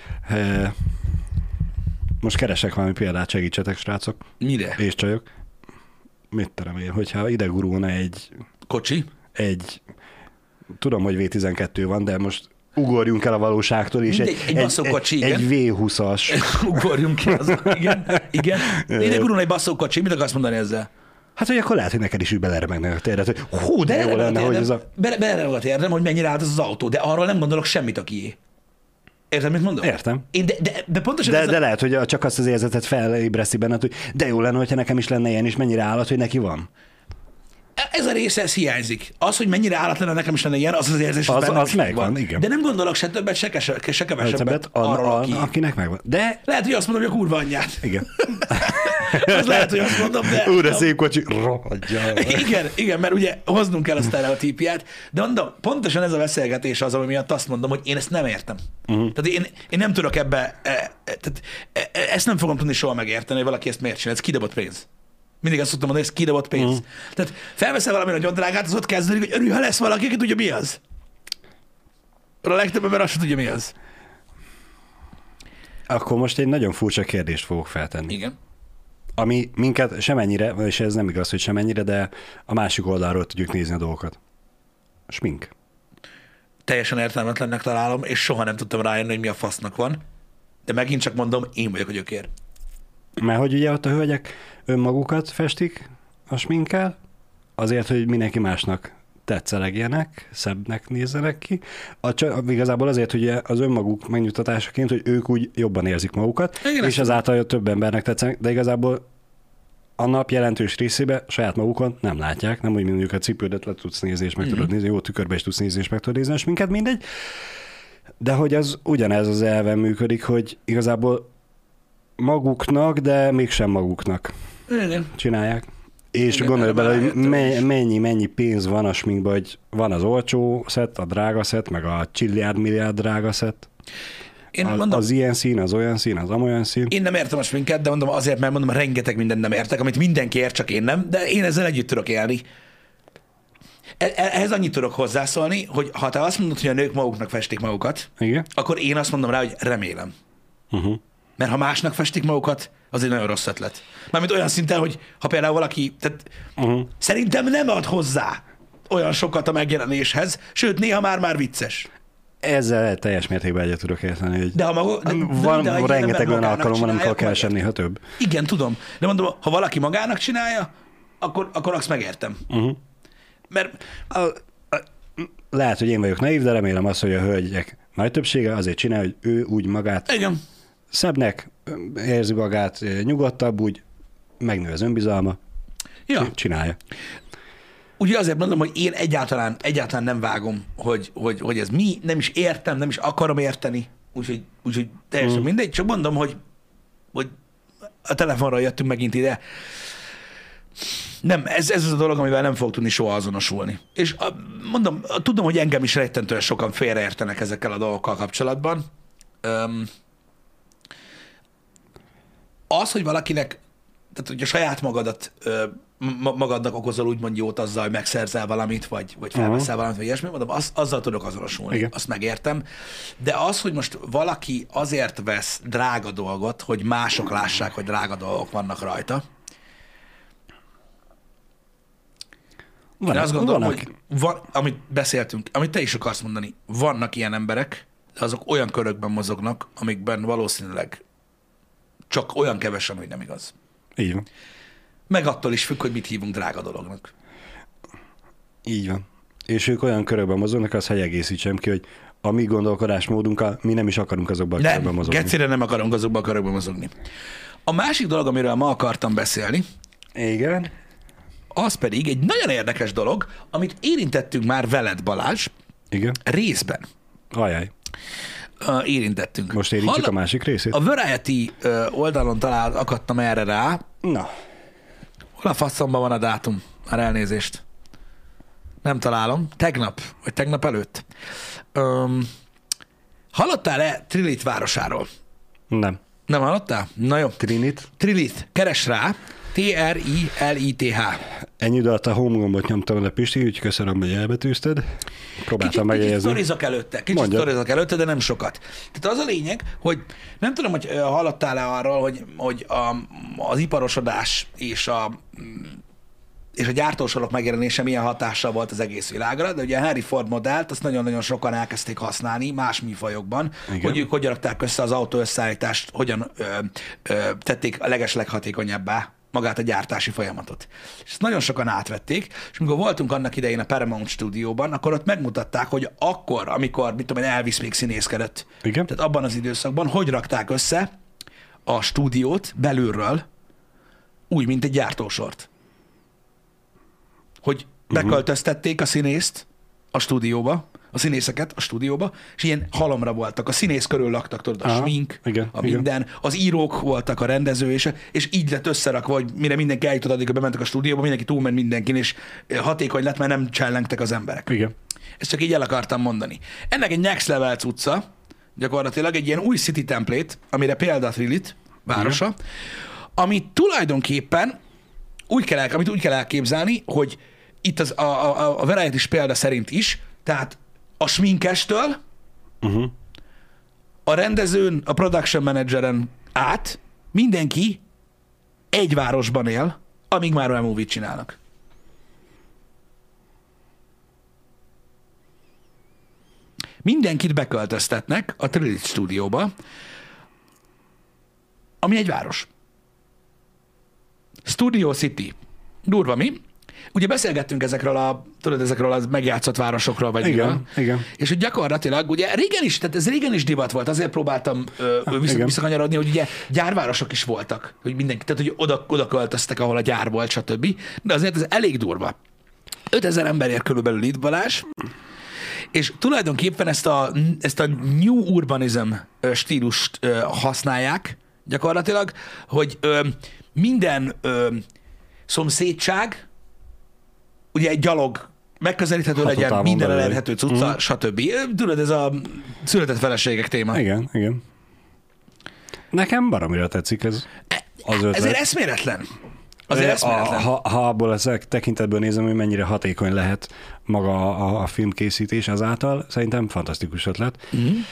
most keresek valami példát, segítsetek, srácok. Mire? És csajok. Mit terem én, hogyha ide gurulna Kocsi? Tudom, hogy V12 van, de most ugorjunk el a valóságtól, és egy basszókocsi, igen. Egy V20-as. Ugorjunk el azon, igen. Ide gurulna egy basszókocsi, mit akarsz mondani ezzel? Hát, hogy akkor lehet, hogy neked is úgy beleremegnek a térdet, hogy de jó lenne, hogy ez a... Beleremeg a térdem, hogy mennyire állt az autó, de arról nem gondolok semmit a kié. Érted, mit mondom? Értem. De pontosan de lehet, hogy csak azt az érzetet felébreszti benned, hogy de jó lenne, hogyha nekem is lenne ilyen, és mennyire állat, hogy neki van. Ez a része, ez hiányzik. Az, hogy mennyire állat lenne, nekem is lenne ilyen, az érzés, az megvan, igen. De nem gondolok se többet, se kevesebbet arról, akinek megvan. De... Lehet, hogy azt mondom, hogy a kurva anyját. Igen. Az lehet, hogy azt mondom, de... Úr, szép kocsi, rohadja. Igen, mert ugye hoznunk kell a sztereotípiát, de mondom, pontosan ez a beszélgetés az, ami miatt azt mondom, hogy én ezt nem értem. Tehát én nem tudok ebbe, ezt nem fogom tudni soha megérteni, hogy valaki ezt miért csinál, ez kidobott pénz. Mindig azt szoktam mondani, hogy ez kidobott pénz. Tehát felveszel valami nagyon drágát, az ott kezdődik, hogy örülj, ha lesz valaki, aki tudja, mi az. A legtöbb ember azt sem tudja, mi az. Akkor most egy nagyon furcsa kérdést fogok feltenni. Igen. Ami minket semennyire, és ez nem igaz, hogy semennyire, de a másik oldalról tudjuk nézni a dolgokat. Smink. Teljesen értelmetlennek találom, és soha nem tudtam rájönni, hogy mi a fasznak van. De megint csak mondom, én vagyok a gyökér. Mert hogy ugye ott a hölgyek önmagukat festik a sminkkel, azért, hogy mindenki másnak tetszelegjenek, szebbnek nézzenek ki. Igazából azért, hogy az önmaguk megnyugtatásaként, hogy ők úgy jobban érzik magukat, Igen, és ezáltal több embernek tetszenek, de igazából a nap jelentős részébe saját magukon nem látják, nem úgy, mint mondjuk a cipődet le tudsz nézni, és meg tudod nézni, jó tükörbe is tudsz nézni, és meg tudod nézni, és minket mindegy. De hogy az ugyanez az elven működik, hogy igazából maguknak, de mégsem maguknak Igen. csinálják. És Igen, gondolj erre bele, már hogy rájöttem mennyi pénz van a sminkban, hogy van az olcsó szett, a drága szett, meg a milliárd drága szett. Én mondom, Az ilyen szín, az olyan szín, az amolyan szín. én nem értem a sminket, de mondom azért, mert mondom, rengeteg mindent nem értek, amit mindenki ért, csak én nem, de én ezzel együtt tudok élni. Ehhez annyit tudok hozzászólni, hogy ha te azt mondod, hogy a nők maguknak festik magukat, Igen? akkor én azt mondom rá, hogy remélem. Uh-huh. Mert ha másnak festik magukat, az egy nagyon rossz ötlet. Mármint olyan szinten, hogy ha például valaki, tehát szerintem nem ad hozzá olyan sokat a megjelenéshez, sőt, néha már vicces. Ezzel teljes mértékben egyet tudok érteni, hogy De ha maga, van de ha egy rengeteg ember olyan magának alkalom, amikor csinálja, kell akkor sem néha több. igen, tudom. De mondom, ha valaki magának csinálja, akkor azt megértem. Mert Lehet, hogy én vagyok naív, de remélem azt, hogy a hölgyek nagy többsége azért csinálja, hogy ő úgy magát igen, szebbnek érzi magát, nyugodtabb, úgy megnő az önbizalma, ja. csinálja. Ugye azért mondom, hogy én egyáltalán nem vágom, hogy ez mi, nem is értem, nem is akarom érteni, úgyhogy teljesen mindegy, csak mondom, hogy a telefonról jöttünk megint ide. Nem, ez az a dolog, amivel nem fog tudni soha azonosulni. És mondom, tudom, hogy engem is rettentően sokan félreértenek ezekkel a dolgokkal kapcsolatban. Az, hogy valakinek, tehát hogy a saját magadat magadnak okozol úgymond jót azzal, hogy megszerzel valamit, vagy felveszel valamit, vagy ilyesmi, mondom, azzal tudok azonosulni, igen. Azt megértem. De az, hogy most valaki azért vesz drága dolgot, hogy mások lássák, hogy drága dolgok vannak rajta, én azt gondolom, hogy amit beszéltünk, amit te is akarsz mondani, vannak ilyen emberek, de azok olyan körökben mozognak, amikben valószínűleg csak olyan kevesen, hogy nem igaz. Így van. Meg attól is függ, hogy mit hívunk drága dolognak. Így van. És ők olyan körökben mozognak, azt egészítsem ki, hogy a mi gondolkodásmódunkkal mi nem is akarunk azokban a körökben mozogni. Gecire nem akarunk azokban a körökben mozogni. A másik dolog, amiről ma akartam beszélni, igen, az pedig egy nagyon érdekes dolog, amit érintettünk már veled, Balázs, igen, részben. Ajaj. Érintettünk. Most érintsük a másik részét? A Variety oldalon akadtam erre rá. Na. Hol a faszomban van a dátum? Már elnézést. Nem találom. Tegnap előtt. Hallottál-e Trilith városáról? Nem. Nem hallottál? Na jó. Trilith. Keres rá. Trilith. Ennyi idő alatt a home gombot nyomtam le, Pisti, úgyhogy köszönöm, hogy elbetűzted. Próbáltam megjegyezni. Kicsit sztorizok előtte, de nem sokat. Tehát az a lényeg, hogy nem tudom, hogy hallottál-e arról, hogy az iparosodás és a gyártósorok megjelenése milyen hatással volt az egész világra, de ugye a Henry Ford modellt azt nagyon-nagyon sokan elkezdték használni más műfajokban, igen. Hogy ők hogyan rakták össze az autó összeállítást, hogyan tették a leghatékonyabbá magát a gyártási folyamatot. És ezt nagyon sokan átvették, és amikor voltunk annak idején a Paramount stúdióban, akkor ott megmutatták, hogy akkor, amikor, mit tudom én, Elvis még színészkedett, igen. Tehát abban az időszakban, hogy rakták össze a stúdiót belülről, úgy, mint egy gyártósort. Hogy beköltöztették a színészt a stúdióba, a színészeket a stúdióba, és ilyen halomra voltak. A színész körül laktak, tudod, a smink, igen, minden, az írók voltak, a rendező, és így lett összerakva, hogy mire mindenki eljutott, addig, hogy bementek a stúdióba, mindenki túlment mindenkin, és hatékony lett, mert nem csellengtek az emberek. Igen. Ezt csak így el akartam mondani. Ennek egy next level cucca, gyakorlatilag egy ilyen új city template, amire példa Trilith városa, igen. Ami tulajdonképpen amit úgy kell elképzelni, hogy itt a Variety példa szerint is, tehát a sminkestől, a rendezőn, a production manageren át mindenki egy városban él, amíg már olyan movie-t csinálnak. Mindenkit beköltöztetnek a Trilith stúdióba, ami egy város. Studio City. Durva mi? Ugye beszélgettünk ezekről a megjátszott városokról, vagy Igen, miről. igen. És hogy gyakorlatilag, ugye régen is divat volt, azért próbáltam igen. visszakanyarodni, hogy ugye gyárvárosok is voltak, hogy mindenki, tehát hogy oda költöztek, ahol a gyár volt, stb. De azért ez elég durva. 5000 ember ér körülbelül itt, Balázs, és tulajdonképpen ezt a New Urbanism stílust használják gyakorlatilag, hogy minden szomszédság ugye egy gyalog megközelíthető legyen, Hatótávon minden belül. elérhető cucca, stb. Tudod, ez a született feleségek téma. Igen, igen. Nekem baromira tetszik ez az ötlet. Ezért eszméletlen. Azért eszméletlen. Ha abból a tekintetből nézem, hogy mennyire hatékony lehet maga a filmkészítés azáltal, szerintem fantasztikus ötlet.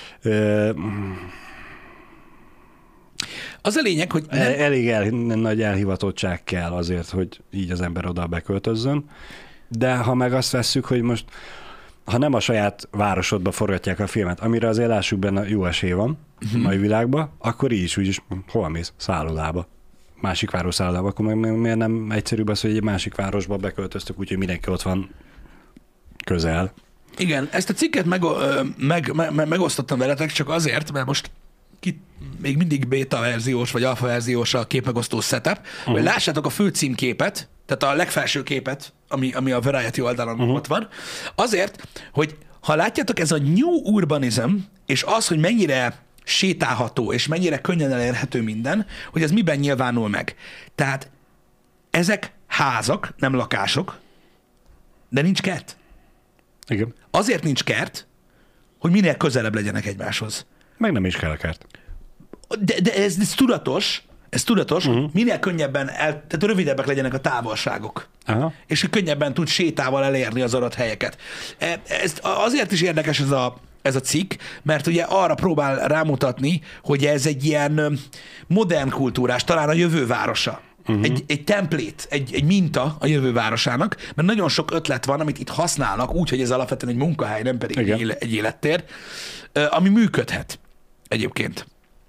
Az a lényeg, hogy Elég nagy elhivatottság kell azért, hogy így az ember oda beköltözzön, de ha meg azt vesszük, hogy most ha nem a saját városodba forgatják a filmet, amire azért lássuk benne jó esély van a mai világban, akkor így is úgyis hol mész? Szállodába. Másik város szállodába, akkor miért nem egyszerűbb az, hogy egy másik városba beköltöztök, úgyhogy mindenki ott van közel. igen, ezt a cikket megosztottam veletek csak azért, mert most még mindig beta verziós vagy alfa verziós a képmegosztó setup, hogy lássátok a főcímképet, tehát a legfelső képet, ami a Variety oldalon ott van, azért, hogy ha látjátok, ez a New Urbanism, és az, hogy mennyire sétálható, és mennyire könnyen elérhető minden, hogy ez miben nyilvánul meg. Tehát ezek házak, nem lakások, de nincs kert. Igen. Azért nincs kert, hogy minél közelebb legyenek egymáshoz. Meg nem is kell a kert. De ez tudatos, hogy minél könnyebben, tehát rövidebbek legyenek a távolságok. Aha. És hogy könnyebben tud sétával elérni az adott helyeket. Ez azért is érdekes ez a cikk, mert ugye arra próbál rámutatni, hogy ez egy ilyen modern kultúrás, talán a jövő városa. Egy template, egy minta a jövő városának, mert nagyon sok ötlet van, amit itt használnak úgy, hogy ez alapvetően egy munkahely, nem pedig egy élettér, ami működhet egyébként.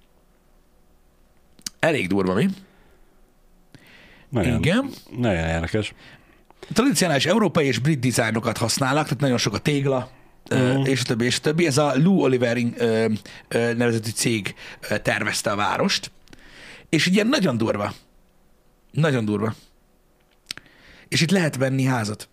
Elég durva, mi? Nagyon, Igen. Nagyon érdekes. Tradicionális európai és brit dizájnokat használnak, tehát nagyon sok a tégla, és a többi, és a többi. Ez a Lou Olivering nevezetű cég tervezte a várost, és ugye nagyon durva. Nagyon durva. És itt lehet venni házat.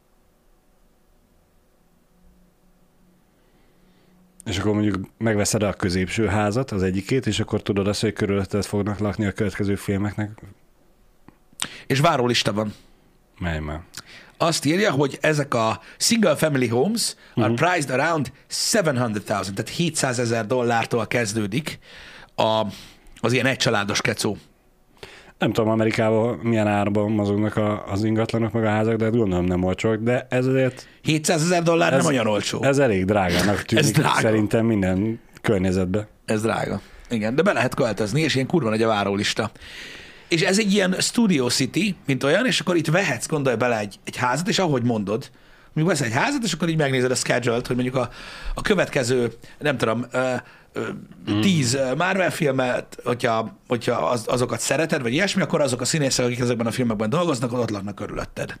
És akkor mondjuk megveszed a középső házat, az egyikét, és akkor tudod azt, hogy körülötted fognak lakni a következő filmeknek. És várólista van. Menj már. Azt írja, hogy ezek a single family homes are priced around $700,000, tehát $700,000 kezdődik az ilyen egycsaládos kecó. Nem tudom, Amerikában milyen árban mozognak az ingatlanok meg a házak, de gondolom nem olcsók, de ez azért... $700,000 nem olyan olcsó. Ez elég drágának tűnik Ez drága. szerintem minden környezetben. Ez drága. Igen, de be lehet költözni, és ilyen kurva nagy a várólista. És ez egy ilyen Studio City, mint olyan, és akkor itt vehetsz, gondolj bele egy házat, és ahogy mondod, mondjuk vesz egy házat, és akkor így megnézed a schedule-t, hogy mondjuk a következő, nem tudom, 10 Marvel filmet, hogyha azokat szereted, vagy ilyesmi, akkor azok a színészek, akik ezekben a filmekben dolgoznak, ott laknak körülötted.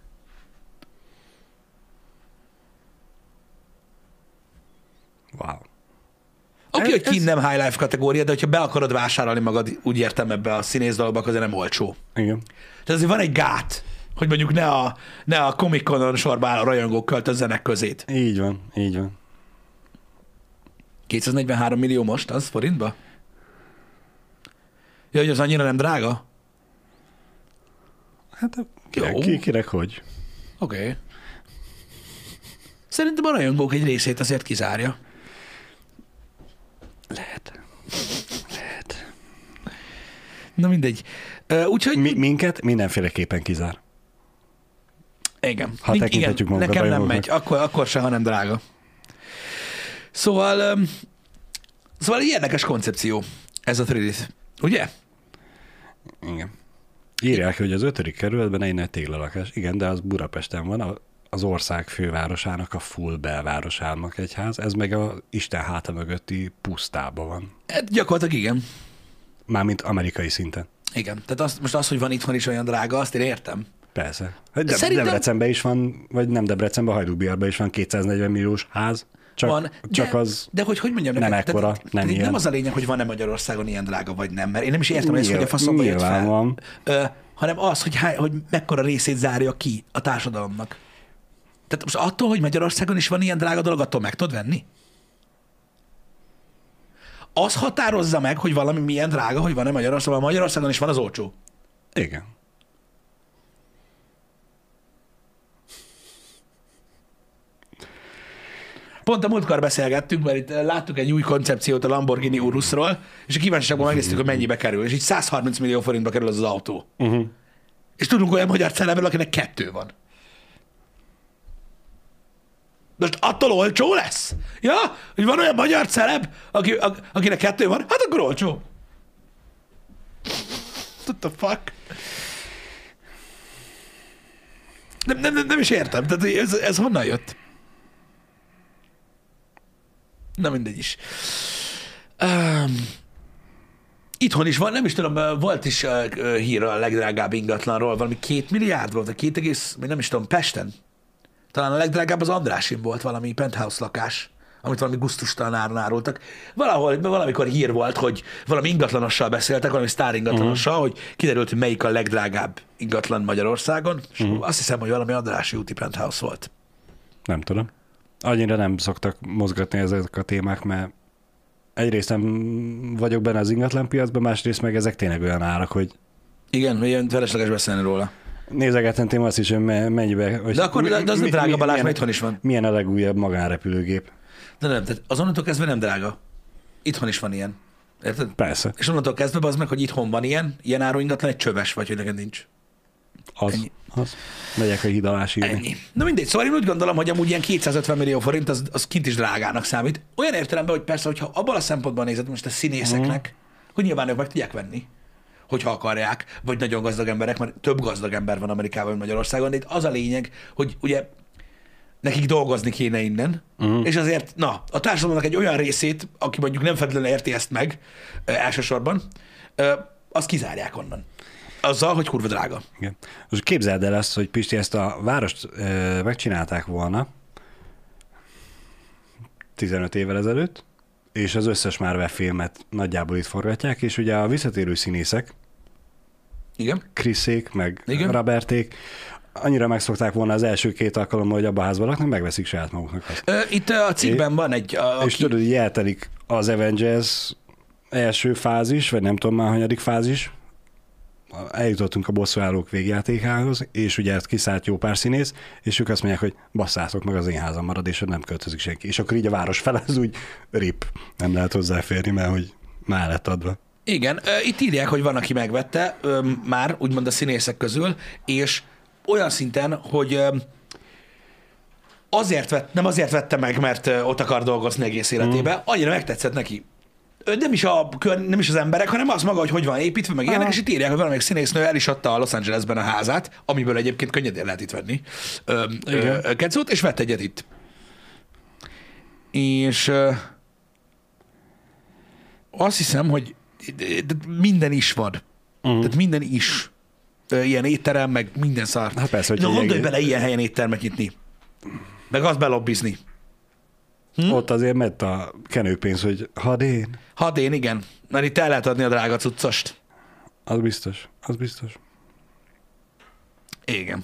Wow. Oké, hogy kint nem high life kategória, de hogyha be akarod vásárolni magad, úgy értem ebbe a színész dologba, akkor nem olcsó. Igen. Tehát azért van egy gát, hogy mondjuk ne a Comic-Conon sorba álló rajongók költözzenek közét. Így van, így van. 243 millió most, az forintba? Ja, hogy az annyira nem drága? Hát Jó. kinek hogy? Oké. Szerintem a rajongók egy részét azért kizárja. Lehet. Na mindegy. Úgyhogy... Minket mindenféleképpen kizár. Igen. Ha tekinthetjük magunkat nekem nem rajongóknak. megy. Akkor se, ha nem drága. Szóval egy érdekes koncepció ez a Trinit. Ugye? Igen. Írják, hogy az 5. kerületben egy nagy téglalakás. Igen, de az Budapesten van, az ország fővárosának a full belvárosálmak egy ház, ez meg a Isten háta mögötti pusztában van. Hát gyakorlatilag igen. Mármint amerikai szinten. Igen. Tehát most az, hogy van itthon is olyan drága, azt én értem. Persze. Debrecenben is van, vagy nem Debrecenben, Hajdúbiarban is van 240 milliós ház. Csak az de hogy mondjam nem neked, ekkora, nem ilyen. Nem az a lényeg, hogy van-e Magyarországon ilyen drága, vagy nem, mert én nem is értem, hogy ez hogy a faszomba jött fel. Van. Hanem az, hogy mekkora részét zárja ki a társadalomnak. Tehát most attól, hogy Magyarországon is van ilyen drága dolog, attól meg tudod venni? Az határozza meg, hogy valami milyen drága, hogy van-e Magyarországon. Magyarországon is van az olcsó. Igen. Pont a múltkor beszélgettünk, mert itt láttuk egy új koncepciót a Lamborghini Urusról, és a kíváncsiságban megnéztük, hogy mennyibe kerül. És így 130 millió forintba kerül az autó. És tudunk olyan magyar celebről, akinek 2 van. Most attól olcsó lesz? Ja? Hogy van olyan magyar celeb, akinek 2 van? Hát akkor olcsó. What the fuck? Nem is értem. Tehát ez honnan jött? Na mindegy is. Itthon is van, nem is tudom, volt is hír a legdrágább ingatlanról, valami 2 milliárd volt, vagy 2, nem is tudom, Pesten. Talán a legdrágább az Andrásin volt valami penthouse lakás, amit valami gusztustalan áron árultak. Valamikor hír volt, hogy valami ingatlanossal beszéltek, valami sztár ingatlanossal, hogy kiderült, hogy melyik a legdrágább ingatlan Magyarországon, és azt hiszem, hogy valami Andrássy úti penthouse volt. Nem tudom. Annyira nem szoktak mozgatni ezek a témák, mert egyrészt nem vagyok benne az ingatlan piacban, másrészt meg ezek tényleg olyan árak, hogy... Igen, hogy ilyen felesleges beszélni róla. Nézegettem téma azt is, hogy mennyibe... Hogy de akkor de az nem drága, Balázs, mert itthon is van. Milyen a legújabb magánrepülőgép? De nem, tehát az onnantól kezdve nem drága. Itthon is van ilyen. Érted? Persze. És onnantól kezdve az meg, hogy itthon van ilyen áru ingatlan, egy csöves vagy, hogy neked nincs. Az. Megyek a híd alá sírni. Ennyi. Na mindegy, szóval én úgy gondolom, hogy amúgy ilyen 250 millió forint az kint is drágának számít. Olyan értelemben, hogy persze, hogyha abban a szempontból nézed most a színészeknek, hogy nyilván ők meg tudják venni, hogyha akarják, vagy nagyon gazdag emberek, mert több gazdag ember van Amerikában, mint Magyarországon, de itt az a lényeg, hogy ugye nekik dolgozni kéne innen, és azért, a társadalomnak egy olyan részét, aki mondjuk nem feltétlenül érti ezt meg elsősorban, azt kizárják onnan. Azzal, hogy kurva drága. Igen. Most képzeld el azt, hogy Pisti, ezt a várost megcsinálták volna 15 évvel ezelőtt, és az összes Marvel filmet nagyjából itt forgatják, és ugye a visszatérő színészek, igen, Chrisék, meg igen, Roberték, annyira megszokták volna az első 2 alkalommal, hogy abba a házba laknak, megveszik saját maguknak azt. Itt a cikkben van egy... És tudod, hogy eltelik az Avengers első fázis, vagy nem tudom már, hanyadik fázis, eljutottunk a bosszúállók végjátékához, és ugye kiszállt jó pár színész, és ők azt mondják, hogy basszátok meg, az én házam marad, és nem költözik senki. És akkor így a város fel az úgy rip, nem lehet hozzáférni, mert hogy már lett adva. Igen, itt írják, hogy van, aki megvette már, úgymond a színészek közül, és olyan szinten, hogy nem azért vette meg, mert ott akar dolgozni egész életében, annyira megtetszett neki. Nem is az emberek, hanem az maga, hogy van építve, meg ilyenek, és itt írják, hogy valamelyik színésznő el is adta a Los Angelesben a házát, amiből egyébként könnyedén lehet itt venni kecót, és vett egyet itt. És azt hiszem, hogy minden is van. Tehát minden is. Ilyen étterem, meg minden szart. Hát persze, hogy gondolj bele ilyen helyen éttermet nyitni. Meg azt belobbizni. Ott azért ment a kenőpénz, hogy hadén. Hadén, igen. Mert itt el lehet adni a drága cuccost. Az biztos, az biztos. Igen.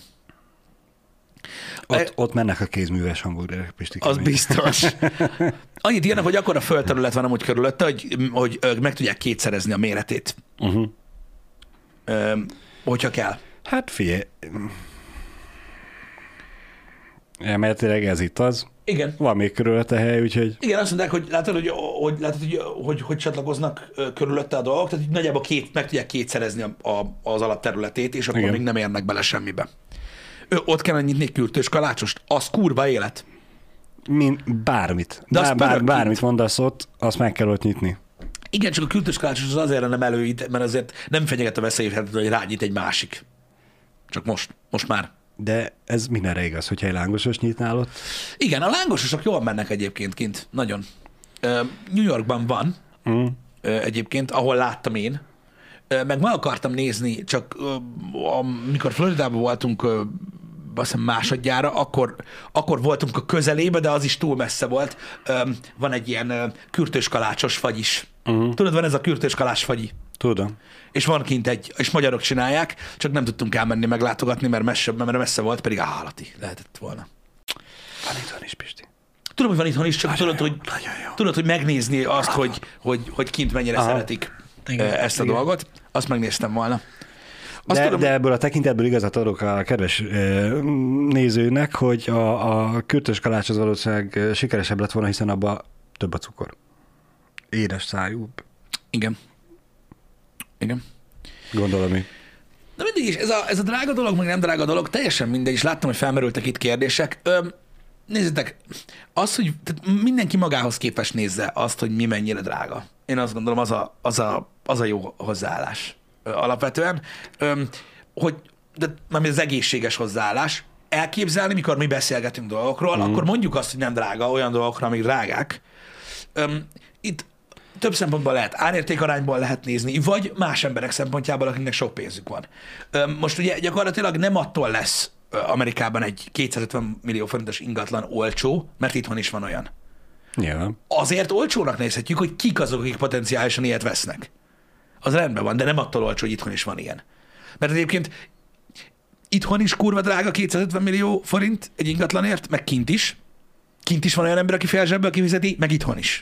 Ott mennek a kézműves hamburgerek, Pisti. Az biztos. Annyit írnak, hogy akkora földterület van amúgy körülötte, hogy meg tudják kétszerezni a méretét. Hogyha kell. Hát figyelj. Elméletileg ez itt az. Igen. Van még körülötte hely, úgyhogy... Igen, azt mondják, hogy látod, hogy csatlakoznak körülötte a dolgok, tehát nagyjából meg tudják kétszerezni az alapterületét, és akkor még nem érnek bele semmibe. Ott kellene nyitni egy kürtős kalácsost, az kurva élet. Bármit. De bármit mondasz ott, azt meg kell ott nyitni. Igen, csak a kürtős kalácsos az azért nem előít, mert azért nem fenyeget a veszélyt, hogy rányit egy másik. Csak most már. De ez mindenre igaz, hogyha egy lángosos nyitnál ott? Igen, a lángososok jól mennek egyébként kint. Nagyon. New Yorkban van egyébként, ahol láttam én. meg meg akartam nézni, csak amikor Floridában voltunk, azt hiszem másodjára, akkor voltunk a közelébe, de az is túl messze volt. Van egy ilyen kürtős kalácsos fagy is. Tudod, van ez a kürtős kalács fagyi. Tudom. És van kint és magyarok csinálják, csak nem tudtunk elmenni meglátogatni, mert messze volt, pedig állati lehetett volna. Van itthon is, Pisti. Tudom, hogy van itthon is, csak tudod, hogy megnézni azt, hogy kint mennyire szeretik ezt a dolgot. Azt megnéztem volna. De ebből a tekintetből igazat adok a kedves nézőnek, hogy a kürtös kalács az valószínűleg sikeresebb lett volna, hiszen abban több a cukor. Édes szájúbb. Igen. Gondolom én. De mindig is, ez a drága dolog, meg nem drága dolog, teljesen mindegy, és láttam, hogy felmerültek itt kérdések. Nézzétek, az, hogy mindenki magához képes nézze azt, hogy mi mennyire drága. Én azt gondolom, az a jó hozzáállás alapvetően, hogy de az egészséges hozzáállás, elképzelni, mikor mi beszélgetünk dolgokról, akkor mondjuk azt, hogy nem drága, olyan dolgokra, amik drágák. Itt több szempontból lehet, árértékarányból lehet nézni, vagy más emberek szempontjából, akiknek sok pénzük van. Most ugye gyakorlatilag nem attól lesz Amerikában egy 250 millió forintos ingatlan olcsó, mert itthon is van olyan. Nyilván. Azért olcsónak nézhetjük, hogy kik azok, akik potenciálisan ilyet vesznek. Az rendben van, de nem attól olcsó, hogy itthon is van ilyen. Mert egyébként itthon is kurva drága 250 millió forint egy ingatlanért, meg kint is. Kint is van olyan ember, aki fél zsebből kifizeti, meg itthon is.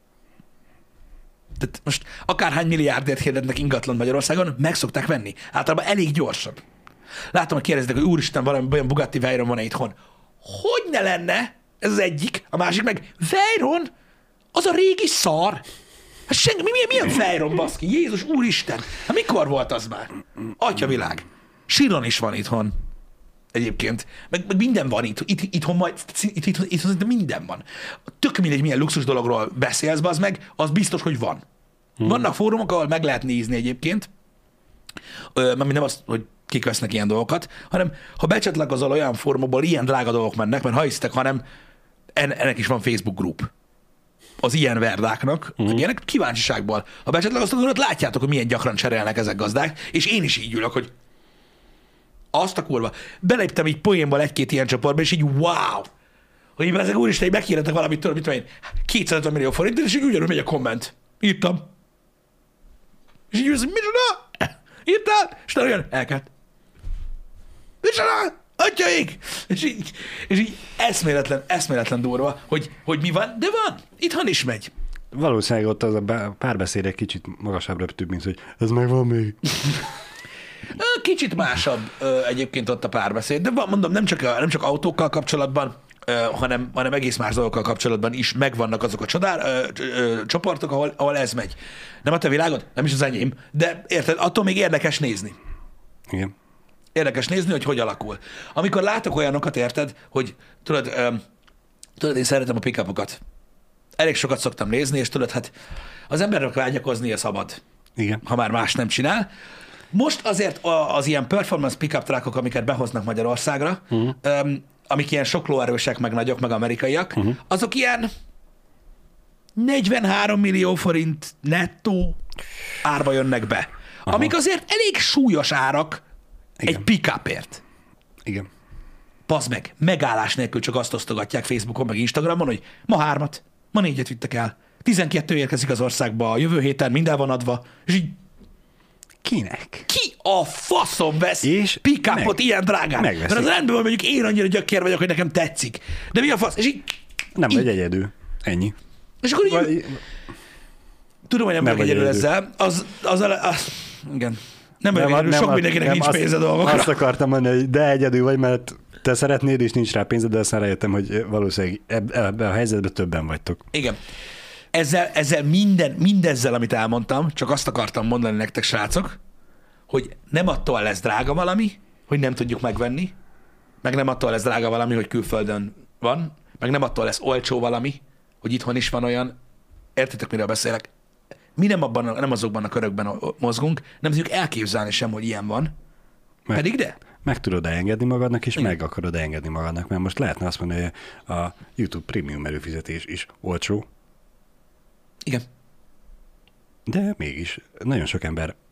Tehát most akárhány milliárdért hirdetnek ingatlan Magyarországon, meg szokták venni. Általában elég gyorsan. Látom, hogy kérdeznek, hogy úristen, valami olyan Bugatti Veyron van-e itthon. Hogy ne lenne? Ez az egyik. A másik meg, Veyron? Az a régi szar. Hát senki, milyen Veyron, baszki? Jézus úristen. Hát mikor volt az már? Atyavilág. Chiron is van itthon. Egyébként. Meg minden van itt. Itthon minden van. Tök mindegy, milyen luxus dologról beszélsz, az meg, az biztos, hogy van. Vannak fórumok, ahol meg lehet nézni egyébként, mert nem az, hogy kik vesznek ilyen dolgokat, hanem ha becsatlakozol olyan fórumokból, ilyen drága dolgok mennek, mert ha hisztek, hanem ennek is van Facebook group. Az ilyen verdáknak, ilyenek kíváncsiságból. Ha becsatlakoztok, akkor ott látjátok, hogy milyen gyakran cserélnek ezek gazdák, és én is így ülök, hogy azt a kurva. Beléptem így poénból egy-két ilyen csoportba, és így wow! Hogy így ezek úristen, így meghirdettek valamit, tudom, mit tudom én, 250 millió forint, és így ugyanúgy megy a komment. Írtam. És így ülsz, micsoda? Írtál? És te olyan, elkelt. Micsoda? Atyaik! És így eszméletlen durva, hogy mi van, de van. Itthon is megy. Valószínűleg ott az a párbeszéd egy kicsit magasabbra több, mint hogy ez megvan még. Kicsit másabb egyébként ott a párbeszéd, de mondom, nem csak autókkal kapcsolatban, hanem egész más dolgokkal kapcsolatban is megvannak azok a csoportok, ahol ez megy. Nem a te világod? Nem is az enyém, de érted, attól még érdekes nézni. Igen. Érdekes nézni, hogy alakul. Amikor látok olyanokat, érted, hogy tudod, én szeretem a pick-upokat. Elég sokat szoktam nézni, és tudod, hát az embernek vágyakoznia szabad. Igen. Ha már más nem csinál. Most azért az ilyen performance pick-up truckok, amiket behoznak Magyarországra, amik ilyen sok lóerősek, meg nagyok, meg amerikaiak, azok ilyen 43 millió forint nettó árba jönnek be. Aha. Amik azért elég súlyos árak. Igen. Egy pick-upért. Igen. Pazd meg, megállás nélkül csak azt osztogatják Facebookon, meg Instagramon, hogy ma 3-at, ma 4-et vittek el. 12 érkezik az országba a jövő héten, minden van adva, és így kinek? Ki a faszom vesz pick-upot ilyen drágán? Megveszik. Mert az rendben van, mondjuk én annyira gyökér vagyok, hogy nekem tetszik. De mi a fasz? És így... Nem vagy egyedül. Ennyi. És akkor így... Tudom, hogy nem vagyok egyedül ezzel. Igen. Nem vagyok egyedül, sok mindenkinek nincs pénze dolgokra. Azt akartam mondani, hogy de egyedül vagy, mert te szeretnéd, és nincs rá pénzed, de aztán rájöttem, hogy valószínűleg ebben a helyzetben többen vagytok. Igen. Ezzel mindezzel, amit elmondtam, csak azt akartam mondani nektek, srácok, hogy nem attól lesz drága valami, hogy nem tudjuk megvenni, meg nem attól lesz drága valami, hogy külföldön van, meg nem attól lesz olcsó valami, hogy itthon is van olyan. Értitek, miről beszélek? Mi nem azokban a körökben mozgunk, nem tudjuk elképzelni sem, hogy ilyen van. Pedig de? Meg tudod engedni magadnak, és meg akarod engedni magadnak, mert most lehetne azt mondani, hogy a YouTube Premium előfizetés is olcsó. Igen. De mégis nagyon sok ember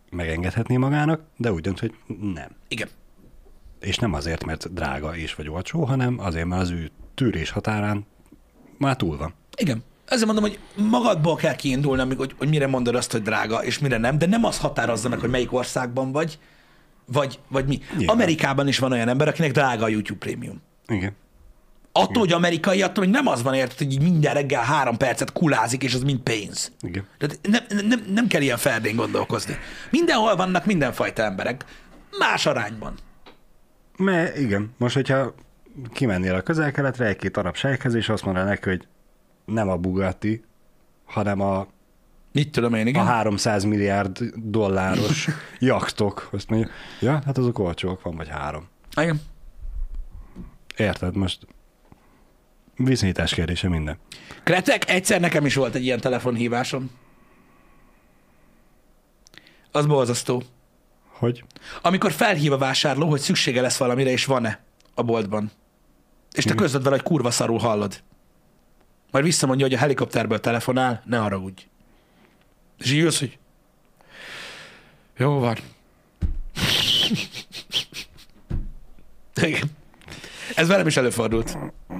megengedhetné magának, de úgy dönt, hogy nem. Igen. És nem azért, mert drága és vagy olcsó, hanem azért, mert az ő tűrés határán már túl van. Igen. Ezért mondom, hogy magadból kell kiindulni, hogy mire mondod azt, hogy drága, és mire nem, de nem az határozza meg, hogy melyik országban vagy mi. Nyilván. Amerikában is van olyan ember, akinek drága a YouTube Premium. Igen. Attól, hogy amerikai, attól, hogy nem az van, érted, hogy így minden reggel 3 percet kulázik, és az mind pénz. Igen. Tehát nem kell ilyen ferdén gondolkozni. Mindenhol vannak mindenfajta emberek. Más arányban. Mert igen, most hogyha kimennél a közel-keletre egy-két arab sejkhez, és azt mondaná neki, hogy nem a Bugatti, hanem Mit tudom én, igen? a 300 milliárd dolláros jachtok. Azt mondja, ja, hát azok olcsók, van vagy 3. Igen. Érted, most viszonyítás kérdése minden. Kretek, egyszer nekem is volt egy ilyen telefonhívásom. Az borzasztó. Hogy? Amikor felhív a vásárló, hogy szüksége lesz valamire, és van-e a boltban. És te közlöd vele, hogy kurva szarul hallod. Majd visszamondja, hogy a helikopterből telefonál, ne haragudj. És így jössz, hogy jó van. Igen. Ez velem is előfordult.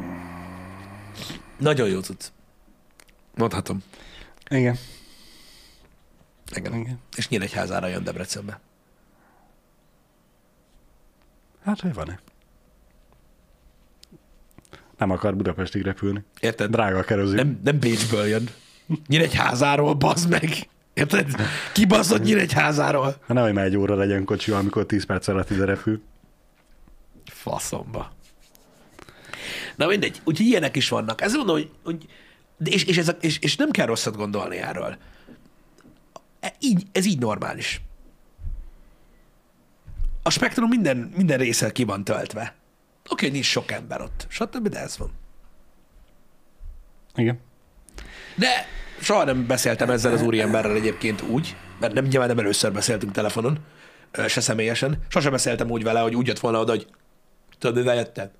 Nagyon jó cucc. Mondhatom. Igen. Igen. Igen. És Nyíregyházára jön Debrecenbe. Hát, hogy van-e? Nem akar Budapestig repülni. Érted? Drága a kerozin. Nem Bécsből jön. Nyíregyházáról, bazd meg. Érted? Kibaszott Nyíregyházáról. Hát nehogy már 1 óra legyen kocsi, amikor 10 perc alatt ide repül. Faszomba. Na mindegy, úgyhogy ilyenek is vannak. Ez mondom, hogy és nem kell rosszat gondolni erről. Ez így normális. A spektrum minden része ki van töltve. Oké, nincs sok ember ott, stb., de ez van. Igen. De soha nem beszéltem ezzel az úriemberrel egyébként úgy, mert nyilván nem először beszéltünk telefonon, se személyesen. Sosem beszéltem úgy vele, hogy úgy jött volna oda, hogy tudod, mivel jöttem?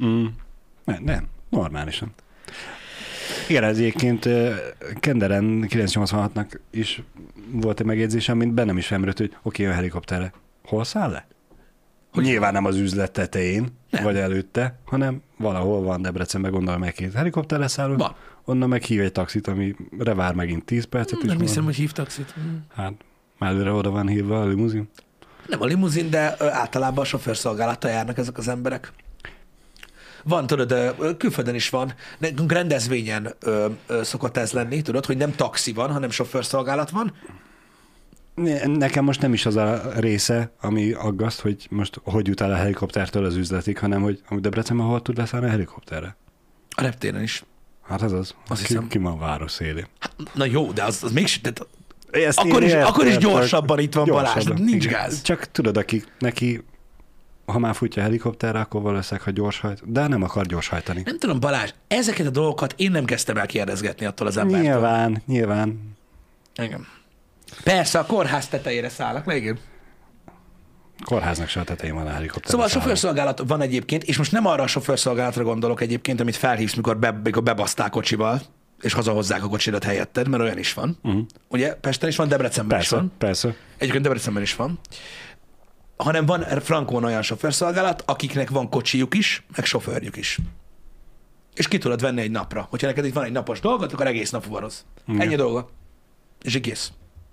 Nem, normálisan. Igen, ez egyébként Kenderen 986-nak is volt egy megjegyzés, amit bennem is felmerült, hogy oké, a helikopterre. Hol száll le? Hogy nyilván nem az üzlet tetején, nem. Vagy előtte, hanem valahol van Debrecenben, gondolom meg 2 helikopter leszálló, van. Onnan meg hív egy taxit, amire vár megint 10 percet. Nem hiszem, hogy hív taxit. Hát, már előre oda van hívva a limuzin. Nem a limuzin, de általában a sofőrszolgálattal járnak ezek az emberek. Van, tudod, külföldön is van, nekünk rendezvényen szokott ez lenni, tudod, hogy nem taxi van, hanem sofőrszolgálat van. Nekem most nem is az a része, ami aggaszt, hogy most hogy jut el a helikoptertől az üzletig, hanem hogy Debrecenben hol tud leszállni a helikopterre. A reptéren is. Hát ez az. Azt Ki van a város szélén. Hát, na jó, de az mégis... Akkor is gyorsabban itt van Balázs, nincs gáz. Csak tudod, aki neki, ha már futja a helikopterre, akkor valószínűleg, ha gyorshajt, de nem akar gyorshajtani. Nem tudom, Balázs, ezeket a dolgokat én nem kezdtem el kérdezgetni attól az embertől. Nyilván. Igen. Persze, a kórház tetejére szállnak, de igen. Kórháznak se a tetején van a helikopter. Szóval a sofőrszolgálat van egyébként, és most nem arra a sofőrszolgálatra gondolok egyébként, amit felhívsz, mikor bebasztál kocsival, és hazahozzák a kocsidat helyetted, mert olyan is van. Ugye Pesten is van, Debrecenben is van. Persze. Egyébként Debrecenben is van. Hanem van frankon olyan sofőrszolgálat, akiknek van kocsijuk is, meg sofőrjük is. És ki tudod venni egy napra. Hogyha neked itt van egy napos dolgot, akkor egész nap fuvaroz. Ennyi dolga. És egész.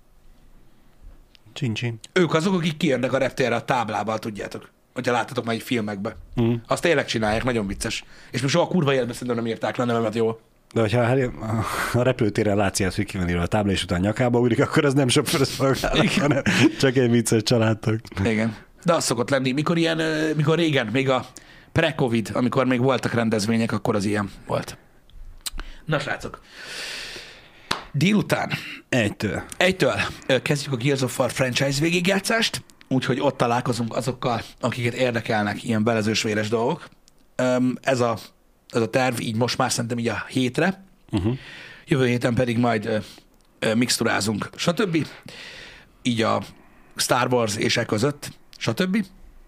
Csin-csin. Ők azok, akik kijönnek a reptérre a táblával, tudjátok. Hogyha láttatok már egy filmekbe. Azt tényleg csinálják, nagyon vicces. És most soha kurva életben szerintem nem írták le a nevemet jól. De hogyha a repülőtéren látsz hogy ki van írva a tábla, és utána nyakába ugrik, akkor az nem sofőrszolgálat, hanem csak egy vicces családtag. Igen. De az szokott lenni. Mikor régen, még a pre-covid, amikor még voltak rendezvények, akkor az ilyen volt. Na, srácok. Délután. Egytől kezdjük a Gears of War franchise végigjátszást, úgyhogy ott találkozunk azokkal, akiket érdekelnek ilyen belezős véres dolgok. Ez a terv így most már szerintem így a hétre. Jövő héten pedig majd mixturázunk, stb. Így a Star Wars és között, stb.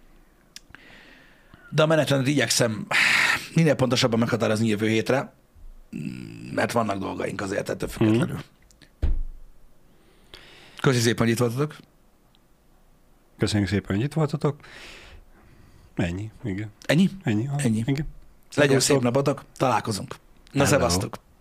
De a menetrendet igyekszem minél pontosabban meghatározni jövő hétre, mert vannak dolgaink azért ettől függetlenül. Köszi szépen, hogy itt voltatok. Köszönjük szépen, hogy itt voltatok. Ennyi, igen. Ennyi? Ennyi. Ennyi. Igen. Legyen szép napotok, találkozunk. Na, Hello. szevasztok!